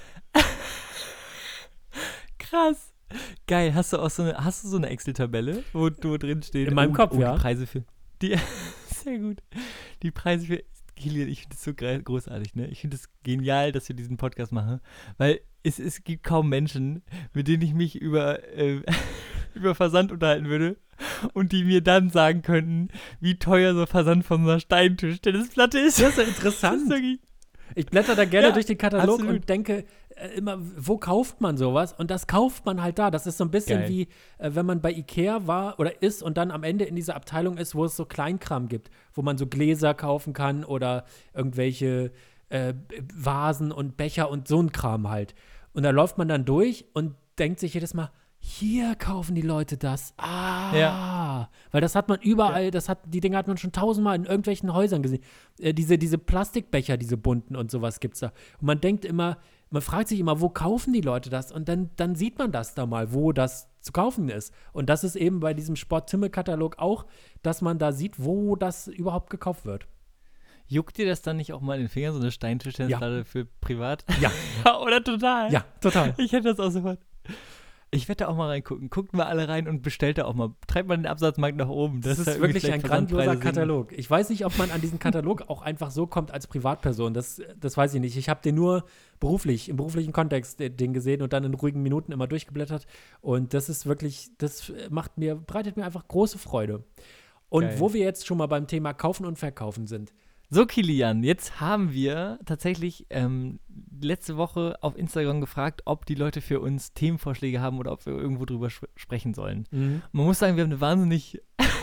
Krass. Geil. Hast du auch so eine, hast du so eine Excel-Tabelle, wo, wo drin steht? In meinem oh, Kopf, oh, ja. Die Preise für. Die, sehr gut. Die Preise für. Kilian, ich finde das so gre- großartig, ne? Ich finde es das genial, dass wir diesen Podcast machen, weil es, es gibt kaum Menschen, mit denen ich mich über, äh, über Versand unterhalten würde und die mir dann sagen könnten, wie teuer so Versand von so einer Steintischtennisplatte ist. Das ist ja Das interessant. ist wirklich- Ich blätter da gerne Ja, durch den Katalog absolut. und denke äh, immer, wo kauft man sowas? Und das kauft man halt da. Das ist so ein bisschen Geil. wie, äh, wenn man bei Ikea war oder ist und dann am Ende in dieser Abteilung ist, wo es so Kleinkram gibt, wo man so Gläser kaufen kann oder irgendwelche äh, Vasen und Becher und so ein Kram halt. Und da läuft man dann durch und denkt sich jedes Mal, hier kaufen die Leute das. Ah. Ja. Weil das hat man überall, das hat, die Dinger hat man schon tausendmal in irgendwelchen Häusern gesehen. Äh, diese, diese Plastikbecher, diese bunten und sowas gibt's da. Und man denkt immer, man fragt sich immer, wo kaufen die Leute das? Und dann, dann sieht man das da mal, wo das zu kaufen ist. Und das ist eben bei diesem Sport-Timme-Katalog auch, dass man da sieht, wo das überhaupt gekauft wird. Juckt dir das dann nicht auch mal in den Finger, so eine Steintischtennisplatte für privat? Ja. Ja, oder total? Ja, total. Ich hätte das auch sofort. Ich werde da auch mal reingucken. Guckt mal alle rein und bestellt da auch mal. Treibt mal den Absatzmarkt nach oben. Das, da ist irgendwie wirklich ein vielleicht grandioser Versandpreise sinken. Katalog. Ich weiß nicht, ob man an diesen Katalog auch einfach so kommt als Privatperson. Das, das weiß ich nicht. Ich habe den nur beruflich, im beruflichen Kontext äh, den gesehen und dann in ruhigen Minuten immer durchgeblättert. Und das ist wirklich, das macht mir, bereitet mir einfach große Freude. Und Geil. wo wir jetzt schon mal beim Thema Kaufen und Verkaufen sind, So, Kilian, jetzt haben wir tatsächlich ähm, letzte Woche auf Instagram gefragt, ob die Leute für uns Themenvorschläge haben oder ob wir irgendwo drüber sp- sprechen sollen. Mhm. Man muss sagen, wir haben eine wahnsinnig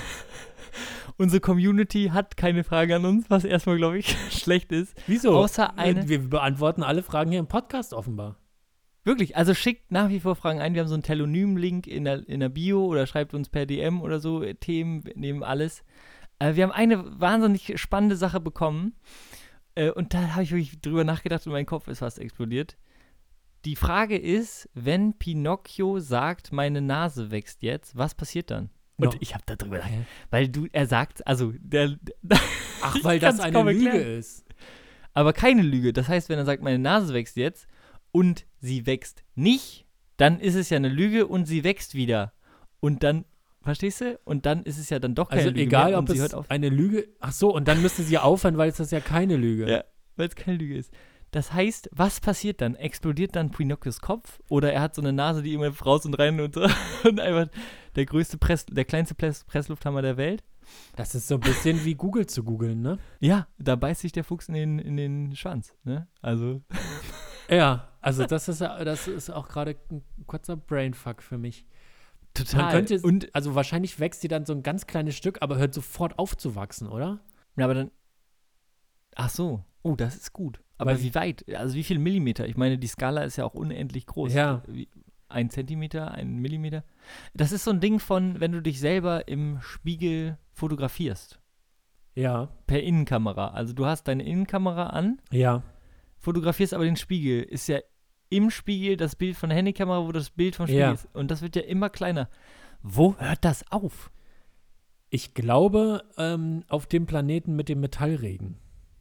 unsere Community hat keine Fragen an uns, was erstmal, glaube ich, schlecht ist. Wieso? Außer eine. Wir beantworten alle Fragen hier im Podcast offenbar. Wirklich, also schickt nach wie vor Fragen ein. Wir haben so einen Telonym-Link in der, in der Bio oder schreibt uns per D M oder so äh, Themen, wir nehmen alles. Äh, wir haben eine wahnsinnig spannende Sache bekommen äh, und da habe ich wirklich drüber nachgedacht und mein Kopf ist fast explodiert. Die Frage ist, wenn Pinocchio sagt, meine Nase wächst jetzt, was passiert dann? Und No. ich habe da drüber Hä? nachgedacht, weil du, er sagt, also der, der Ach, Ich weil das kann's eine kaum Lüge erklären. ist. aber keine Lüge. Das heißt, wenn er sagt, meine Nase wächst jetzt und sie wächst nicht, dann ist es ja eine Lüge und sie wächst wieder. Und dann, verstehst du? Und dann ist es ja dann doch keine Also Lüge egal, mehr ob und sie es hört auf. eine Lüge, ach so, und dann müsste sie ja aufhören, weil es das ja keine Lüge. Ja, weil es keine Lüge ist. Das heißt, was passiert dann? Explodiert dann Pinocchios Kopf? Oder er hat so eine Nase, die immer raus und rein und so und einfach der größte Press, der kleinste Press, Presslufthammer der Welt? Das ist so ein bisschen wie Google zu googeln, ne? Ja, da beißt sich der Fuchs in den, in den Schwanz, ne? Also, Ja, also das ist ja- das ist auch gerade ein kurzer Brainfuck für mich. total. Man könnte, und, also wahrscheinlich wächst sie dann so ein ganz kleines Stück, aber hört sofort auf zu wachsen, oder? ja, aber dann, ach so, oh, das ist gut. Aber Weil- wie weit? Also wie viel Millimeter? Ich meine, die Skala ist ja auch unendlich groß. Ja. Wie, ein Zentimeter, ein Millimeter. Das ist so ein Ding von, wenn du dich selber im Spiegel fotografierst. Ja, Per Innenkamera. Also du hast deine Innenkamera an, ja. fotografierst aber den Spiegel. Ist ja im Spiegel das Bild von der Handykamera, wo das Bild vom Spiegel Ja. ist. Und das wird ja immer kleiner. Wo hört das auf? Ich glaube, ähm, auf dem Planeten mit dem Metallregen.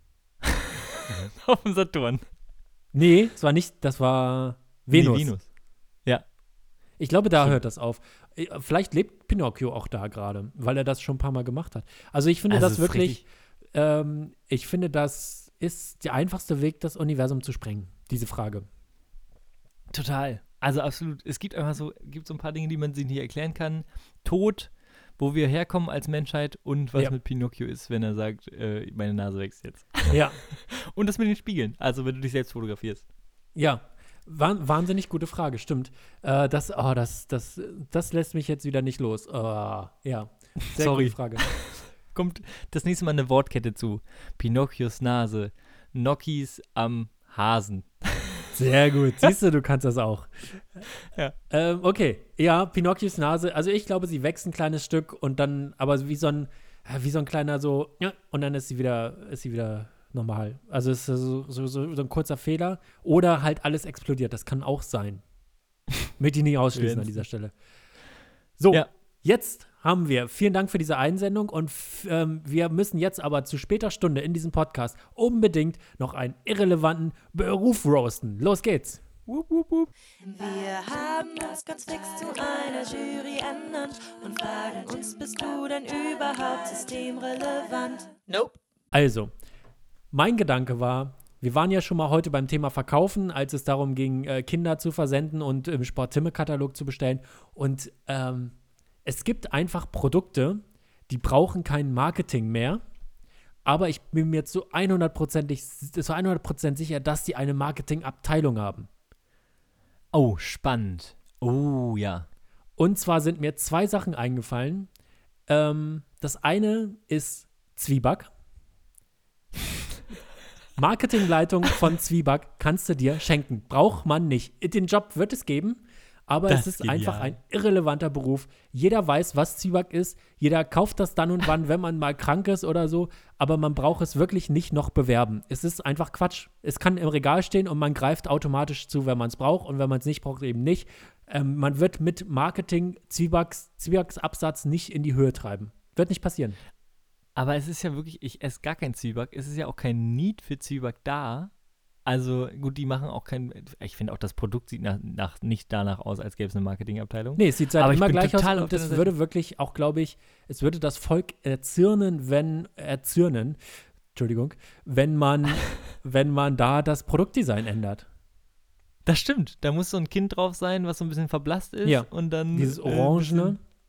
Auf dem Saturn. Nee, es war nicht, das war Venus. Nee, Venus. Ich glaube, da Stimmt. hört das auf. Äh, Vielleicht lebt Pinocchio auch da gerade, weil er das schon ein paar Mal gemacht hat. Also ich finde Also das es ist wirklich, richtig- ähm, ich finde, das ist der einfachste Weg, das Universum zu sprengen, diese Frage. Total. Also absolut. Es gibt einfach so, gibt so ein paar Dinge, die man sich nicht erklären kann. Tod, wo wir herkommen als Menschheit und was Ja. mit Pinocchio ist, wenn er sagt, äh, meine Nase wächst jetzt. Ja, Und das mit den Spiegeln. Also wenn du dich selbst fotografierst. ja. Wah- wahnsinnig gute Frage, stimmt. Äh, das, oh, das, das, das lässt mich jetzt wieder nicht los. Oh, ja, sehr Sorry. gute Frage. Kommt das nächste Mal eine Wortkette zu. Pinocchios Nase, Gnocchis am Hasen. Sehr gut. Siehst du, du kannst das auch. Ja. Ähm, okay. Ja, Pinocchios Nase. Also ich glaube, sie wächst ein kleines Stück und dann, aber wie so ein, äh, wie so ein kleiner so, ja, und dann ist sie wieder, ist sie wieder normal. Also es ist so, so, so, so ein kurzer Fehler. Oder halt alles explodiert. Das kann auch sein. Möchte ich nicht ausschließen an dieser Stelle. So, Ja. jetzt haben wir, vielen Dank für diese Einsendung und f- ähm, wir müssen jetzt aber zu später Stunde in diesem Podcast unbedingt noch einen irrelevanten Beruf roasten. Los geht's. Wup, wup, wup. Wir haben uns ganz fix zu einer Jury ernannt und fragen uns, bist du denn überhaupt systemrelevant? Nope. Also, mein Gedanke war, wir waren ja schon mal heute beim Thema Verkaufen, als es darum ging, äh, Kinder zu versenden und im Sport-Timme-Katalog zu bestellen. Und ähm, es gibt einfach Produkte, die brauchen kein Marketing mehr. Aber ich bin mir zu hundert Prozent zu hundert Prozent sicher, dass die eine Marketingabteilung haben. Oh, spannend. Oh, ja. Und zwar sind mir zwei Sachen eingefallen. Ähm, das eine ist Zwieback. Marketingleitung von Zwieback kannst du dir schenken. Braucht man nicht. Den Job wird es geben, aber Das es ist ist einfach genial. ein irrelevanter Beruf. Jeder weiß, was Zwieback ist. Jeder kauft das dann und wann, wenn man mal krank ist oder so. Aber man braucht es wirklich nicht noch bewerben. Es ist einfach Quatsch. Es kann im Regal stehen und man greift automatisch zu, wenn man es braucht. Und wenn man es nicht braucht, eben nicht. Ähm, man wird mit Marketing Zwiebacks, Zwiebacks Absatz nicht in die Höhe treiben. Wird nicht passieren. Aber es ist ja wirklich, ich esse gar kein Zwieback. Es ist ja auch kein Need für Zwieback da. Also gut, die machen auch kein, ich finde auch das Produkt sieht nach, nach, nicht danach aus, als gäbe es eine Marketingabteilung. Nee, es sieht halt Aber ich immer bin gleich aus total auf und es deiner würde wirklich auch, glaube ich, es würde das Volk erzürnen, wenn, erzürnen, Entschuldigung, wenn man, wenn man da das Produktdesign ändert. Das stimmt, da muss so ein Kind drauf sein, was so ein bisschen verblasst ist. Ja, Und dann Dieses äh, ein Orangene. bisschen-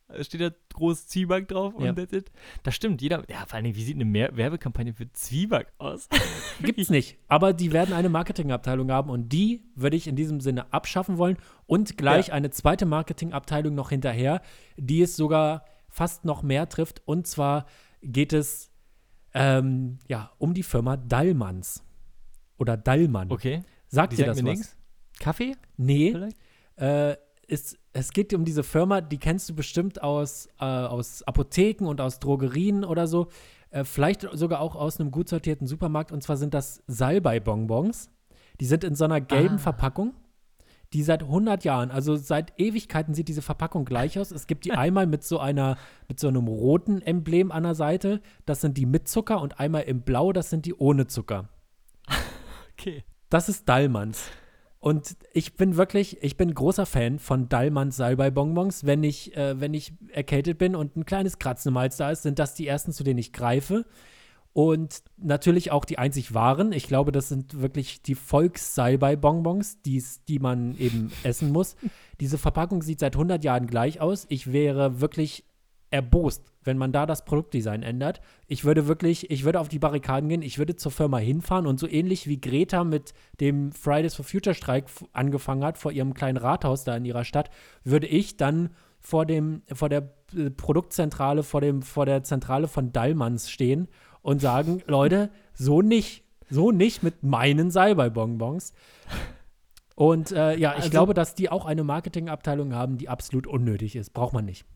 Es steht da groß Zwieback drauf und Ja. that's it. Das stimmt, jeder, ja, vor allen Dingen, wie sieht eine Mehr- Werbekampagne für Zwieback aus? Gibt's nicht. Aber die werden eine Marketingabteilung haben und die würde ich in diesem Sinne abschaffen wollen und gleich Ja. eine zweite Marketingabteilung noch hinterher, die es sogar fast noch mehr trifft. Und zwar geht es ähm, ja, um die Firma Dallmanns. Oder Dallmann. Okay, Sagt die dir sagt das mir was? nichts. Kaffee Nee. vielleicht? Äh, ist, es geht um diese Firma, die kennst du bestimmt aus, äh, aus Apotheken und aus Drogerien oder so. Äh, vielleicht sogar auch aus einem gut sortierten Supermarkt. Und zwar sind das Salbei-Bonbons. Die sind in so einer gelben Ah. Verpackung. Die seit hundert Jahren, also seit Ewigkeiten sieht diese Verpackung gleich aus. Es gibt die einmal mit so einer, mit so einem roten Emblem an der Seite. Das sind die mit Zucker und einmal im Blau, das sind die ohne Zucker. Okay. Das ist Dallmanns. Und ich bin wirklich, ich bin großer Fan von Dallmanns Salbei-Bonbons. Wenn ich, äh, wenn ich erkältet bin und ein kleines Kratzen im Hals da ist, sind das die ersten, zu denen ich greife. Und natürlich auch die einzig wahren. Ich glaube, das sind wirklich die Volks-Salbei-Bonbons, die's- die man eben essen muss. Diese Verpackung sieht seit hundert Jahren gleich aus. Ich wäre wirklich erbost, wenn man da das Produktdesign ändert. Ich würde wirklich, ich würde auf die Barrikaden gehen, ich würde zur Firma hinfahren und so ähnlich wie Greta mit dem Fridays for Future Streik f- angefangen hat, vor ihrem kleinen Rathaus da in ihrer Stadt, würde ich dann vor dem, vor der äh, Produktzentrale, vor dem, vor der Zentrale von Dallmanns stehen und sagen, Leute, so nicht, so nicht mit meinen Salbei-Bonbons. Und äh, ja, ich Also- glaube, dass die auch eine Marketingabteilung haben, die absolut unnötig ist. Braucht man nicht.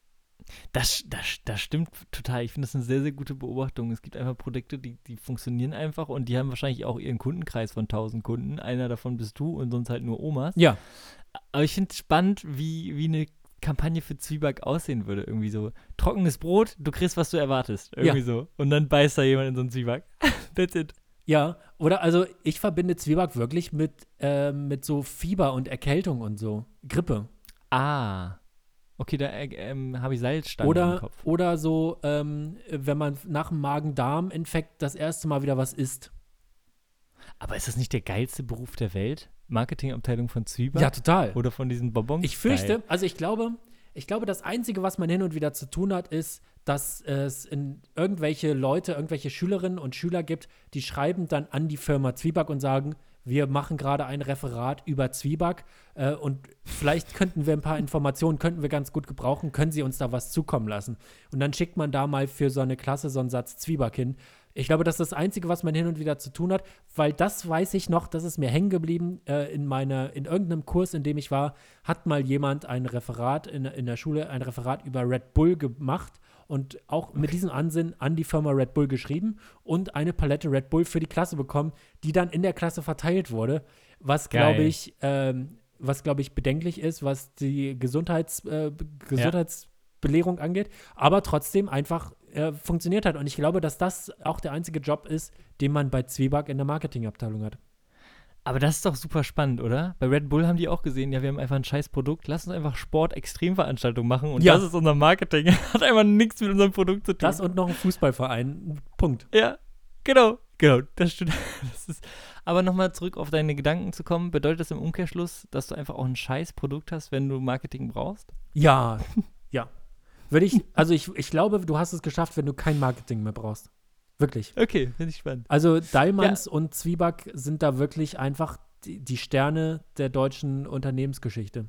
Das, das, das stimmt total. Ich finde das eine sehr, sehr gute Beobachtung. Es gibt einfach Produkte, die, die funktionieren einfach und die haben wahrscheinlich auch ihren Kundenkreis von tausend Kunden. Einer davon bist du und sonst halt nur Omas. Ja, Aber ich finde es spannend, wie, wie eine Kampagne für Zwieback aussehen würde. Irgendwie so trockenes Brot, du kriegst, was du erwartest. Irgendwie so. Und dann beißt da jemand in so einen Zwieback. That's it. ja. Oder also ich verbinde Zwieback wirklich mit, äh, mit so Fieber und Erkältung und so. Grippe. Ah. Okay, da äh, ähm, habe ich Salzstangen im Oder, Kopf. oder so, ähm, wenn man nach dem Magen-Darm-Infekt das erste Mal wieder was isst. Aber ist das nicht der geilste Beruf der Welt? Marketingabteilung von Zwieback? Ja, total. Oder von diesen Bonbons? Ich fürchte, Geil. also ich glaube, ich glaube, das Einzige, was man hin und wieder zu tun hat, ist, dass es in irgendwelche Leute, irgendwelche Schülerinnen und Schüler gibt, die schreiben dann an die Firma Zwieback und sagen, wir machen gerade ein Referat über Zwieback äh, und vielleicht könnten wir ein paar Informationen, könnten wir ganz gut gebrauchen, können Sie uns da was zukommen lassen? Und dann schickt man da mal für so eine Klasse so einen Satz Zwieback hin. Ich glaube, das ist das Einzige, was man hin und wieder zu tun hat, weil das weiß ich noch, das ist mir hängen geblieben äh, in meiner, in irgendeinem Kurs, in dem ich war, hat mal jemand ein Referat in, in der Schule, ein Referat über Red Bull gemacht und auch mit diesem Ansinnen an die Firma Red Bull geschrieben und eine Palette Red Bull für die Klasse bekommen, die dann in der Klasse verteilt wurde, was Geil. glaube ich, ähm, was glaube ich bedenklich ist, was die Gesundheits, äh, Gesundheitsbelehrung angeht, aber trotzdem einfach äh, funktioniert hat. Und ich glaube, dass das auch der einzige Job ist, den man bei Zwieback in der Marketingabteilung hat. Aber das ist doch super spannend, oder? Bei Red Bull haben die auch gesehen, ja, wir haben einfach ein scheiß Produkt, lass uns einfach Sport-Extremveranstaltungen machen und Ja. das ist unser Marketing. Hat einfach nichts mit unserem Produkt zu tun. Das und noch ein Fußballverein. Punkt. Ja, genau, genau, das stimmt. Das ist, aber nochmal zurück auf deine Gedanken zu kommen, bedeutet das im Umkehrschluss, dass du einfach auch ein scheiß Produkt hast, wenn du Marketing brauchst? Ja, ja. Würde ich, also ich, ich glaube, du hast es geschafft, wenn du kein Marketing mehr brauchst. Wirklich. Okay, finde ich spannend. Also Dallmanns und Zwieback sind da wirklich einfach die, die Sterne der deutschen Unternehmensgeschichte.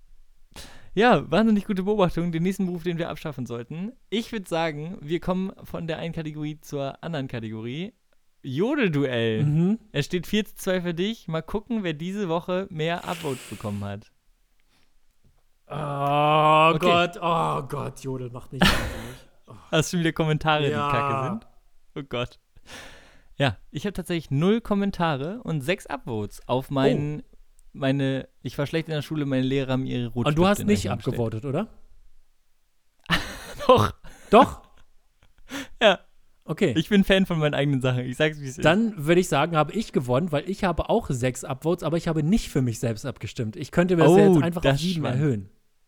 Ja, wahnsinnig gute Beobachtung. Den nächsten Beruf, den wir abschaffen sollten. Ich würde sagen, wir kommen von der einen Kategorie zur anderen Kategorie. Jodelduell. Mhm. Es steht vier zu zwei für dich. Mal gucken, wer diese Woche mehr Upvotes bekommen hat. Oh Okay. Gott, oh Gott, Jodel macht nicht wahnsinnig. Hast du schon wieder Kommentare, Ja. die kacke sind? Oh Gott. Ja, ich habe tatsächlich null Kommentare und sechs Upvotes auf meinen, meine, ich war schlecht in der Schule, meine Lehrer haben ihre Rotstifte Und du hast in nicht Rechnung gestellt. abgevotet, oder? Doch, Doch? ja. Okay. Ich bin Fan von meinen eigenen Sachen. Ich sag's, wie es ist. Dann würde ich sagen, habe ich gewonnen, weil ich habe auch sechs Upvotes, aber ich habe nicht für mich selbst abgestimmt. Ich könnte mir das Oh, ja jetzt einfach das auf sieben Schwein. erhöhen.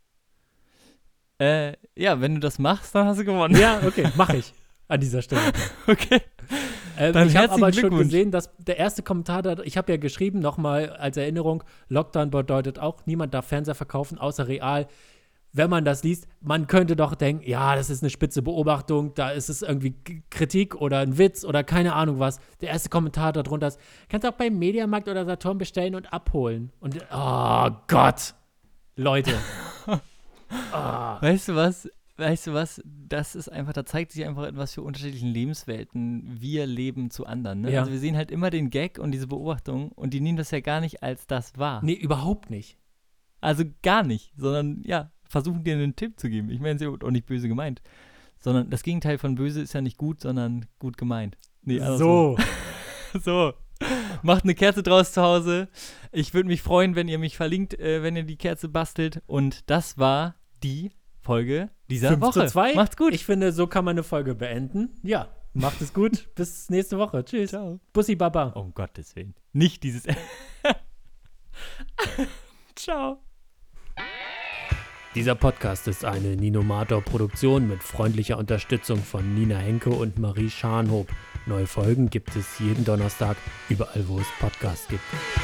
Äh, ja, wenn du das machst, dann hast du gewonnen. Ja, okay, mache ich an dieser Stelle. Okay. Ähm, Dann ich habe herzlichen aber schon Glückwunsch. gesehen, dass der erste Kommentar, da, ich habe ja geschrieben, nochmal als Erinnerung, Lockdown bedeutet auch, niemand darf Fernseher verkaufen, außer real. wenn man das liest, man könnte doch denken, ja, das ist eine spitze Beobachtung, da ist es irgendwie K- Kritik oder ein Witz oder keine Ahnung was. Der erste Kommentar darunter ist, kannst du auch beim Mediamarkt oder Saturn bestellen und abholen. Und, oh Gott, Leute. oh. Weißt du was? Weißt du was? Das ist einfach, da zeigt sich einfach, in was für unterschiedlichen Lebenswelten wir leben zu anderen. Ne? Ja. Also wir sehen halt immer den Gag und diese Beobachtung und die nehmen das ja gar nicht als das wahr. Nee, überhaupt nicht. Also gar nicht, sondern ja, versuchen dir einen Tipp zu geben. Ich meine, es ist ja auch nicht böse gemeint. Sondern das Gegenteil von böse ist ja nicht gut, sondern gut gemeint. Nee, So. So. Macht eine Kerze draus zu Hause. Ich würde mich freuen, wenn ihr mich verlinkt, äh, wenn ihr die Kerze bastelt. Und das war die Folge dieser fünf Woche. zu zwei. Macht's gut. Ich finde, so kann man eine Folge beenden. Ja, macht es gut. Bis nächste Woche. Tschüss. Ciao. Bussi Baba. Um Gottes Willen. Nicht dieses. Ciao. Dieser Podcast ist eine Ninomator-Produktion mit freundlicher Unterstützung von Nina Henke und Marie Scharnhob. Neue Folgen gibt es jeden Donnerstag, überall wo es Podcasts gibt.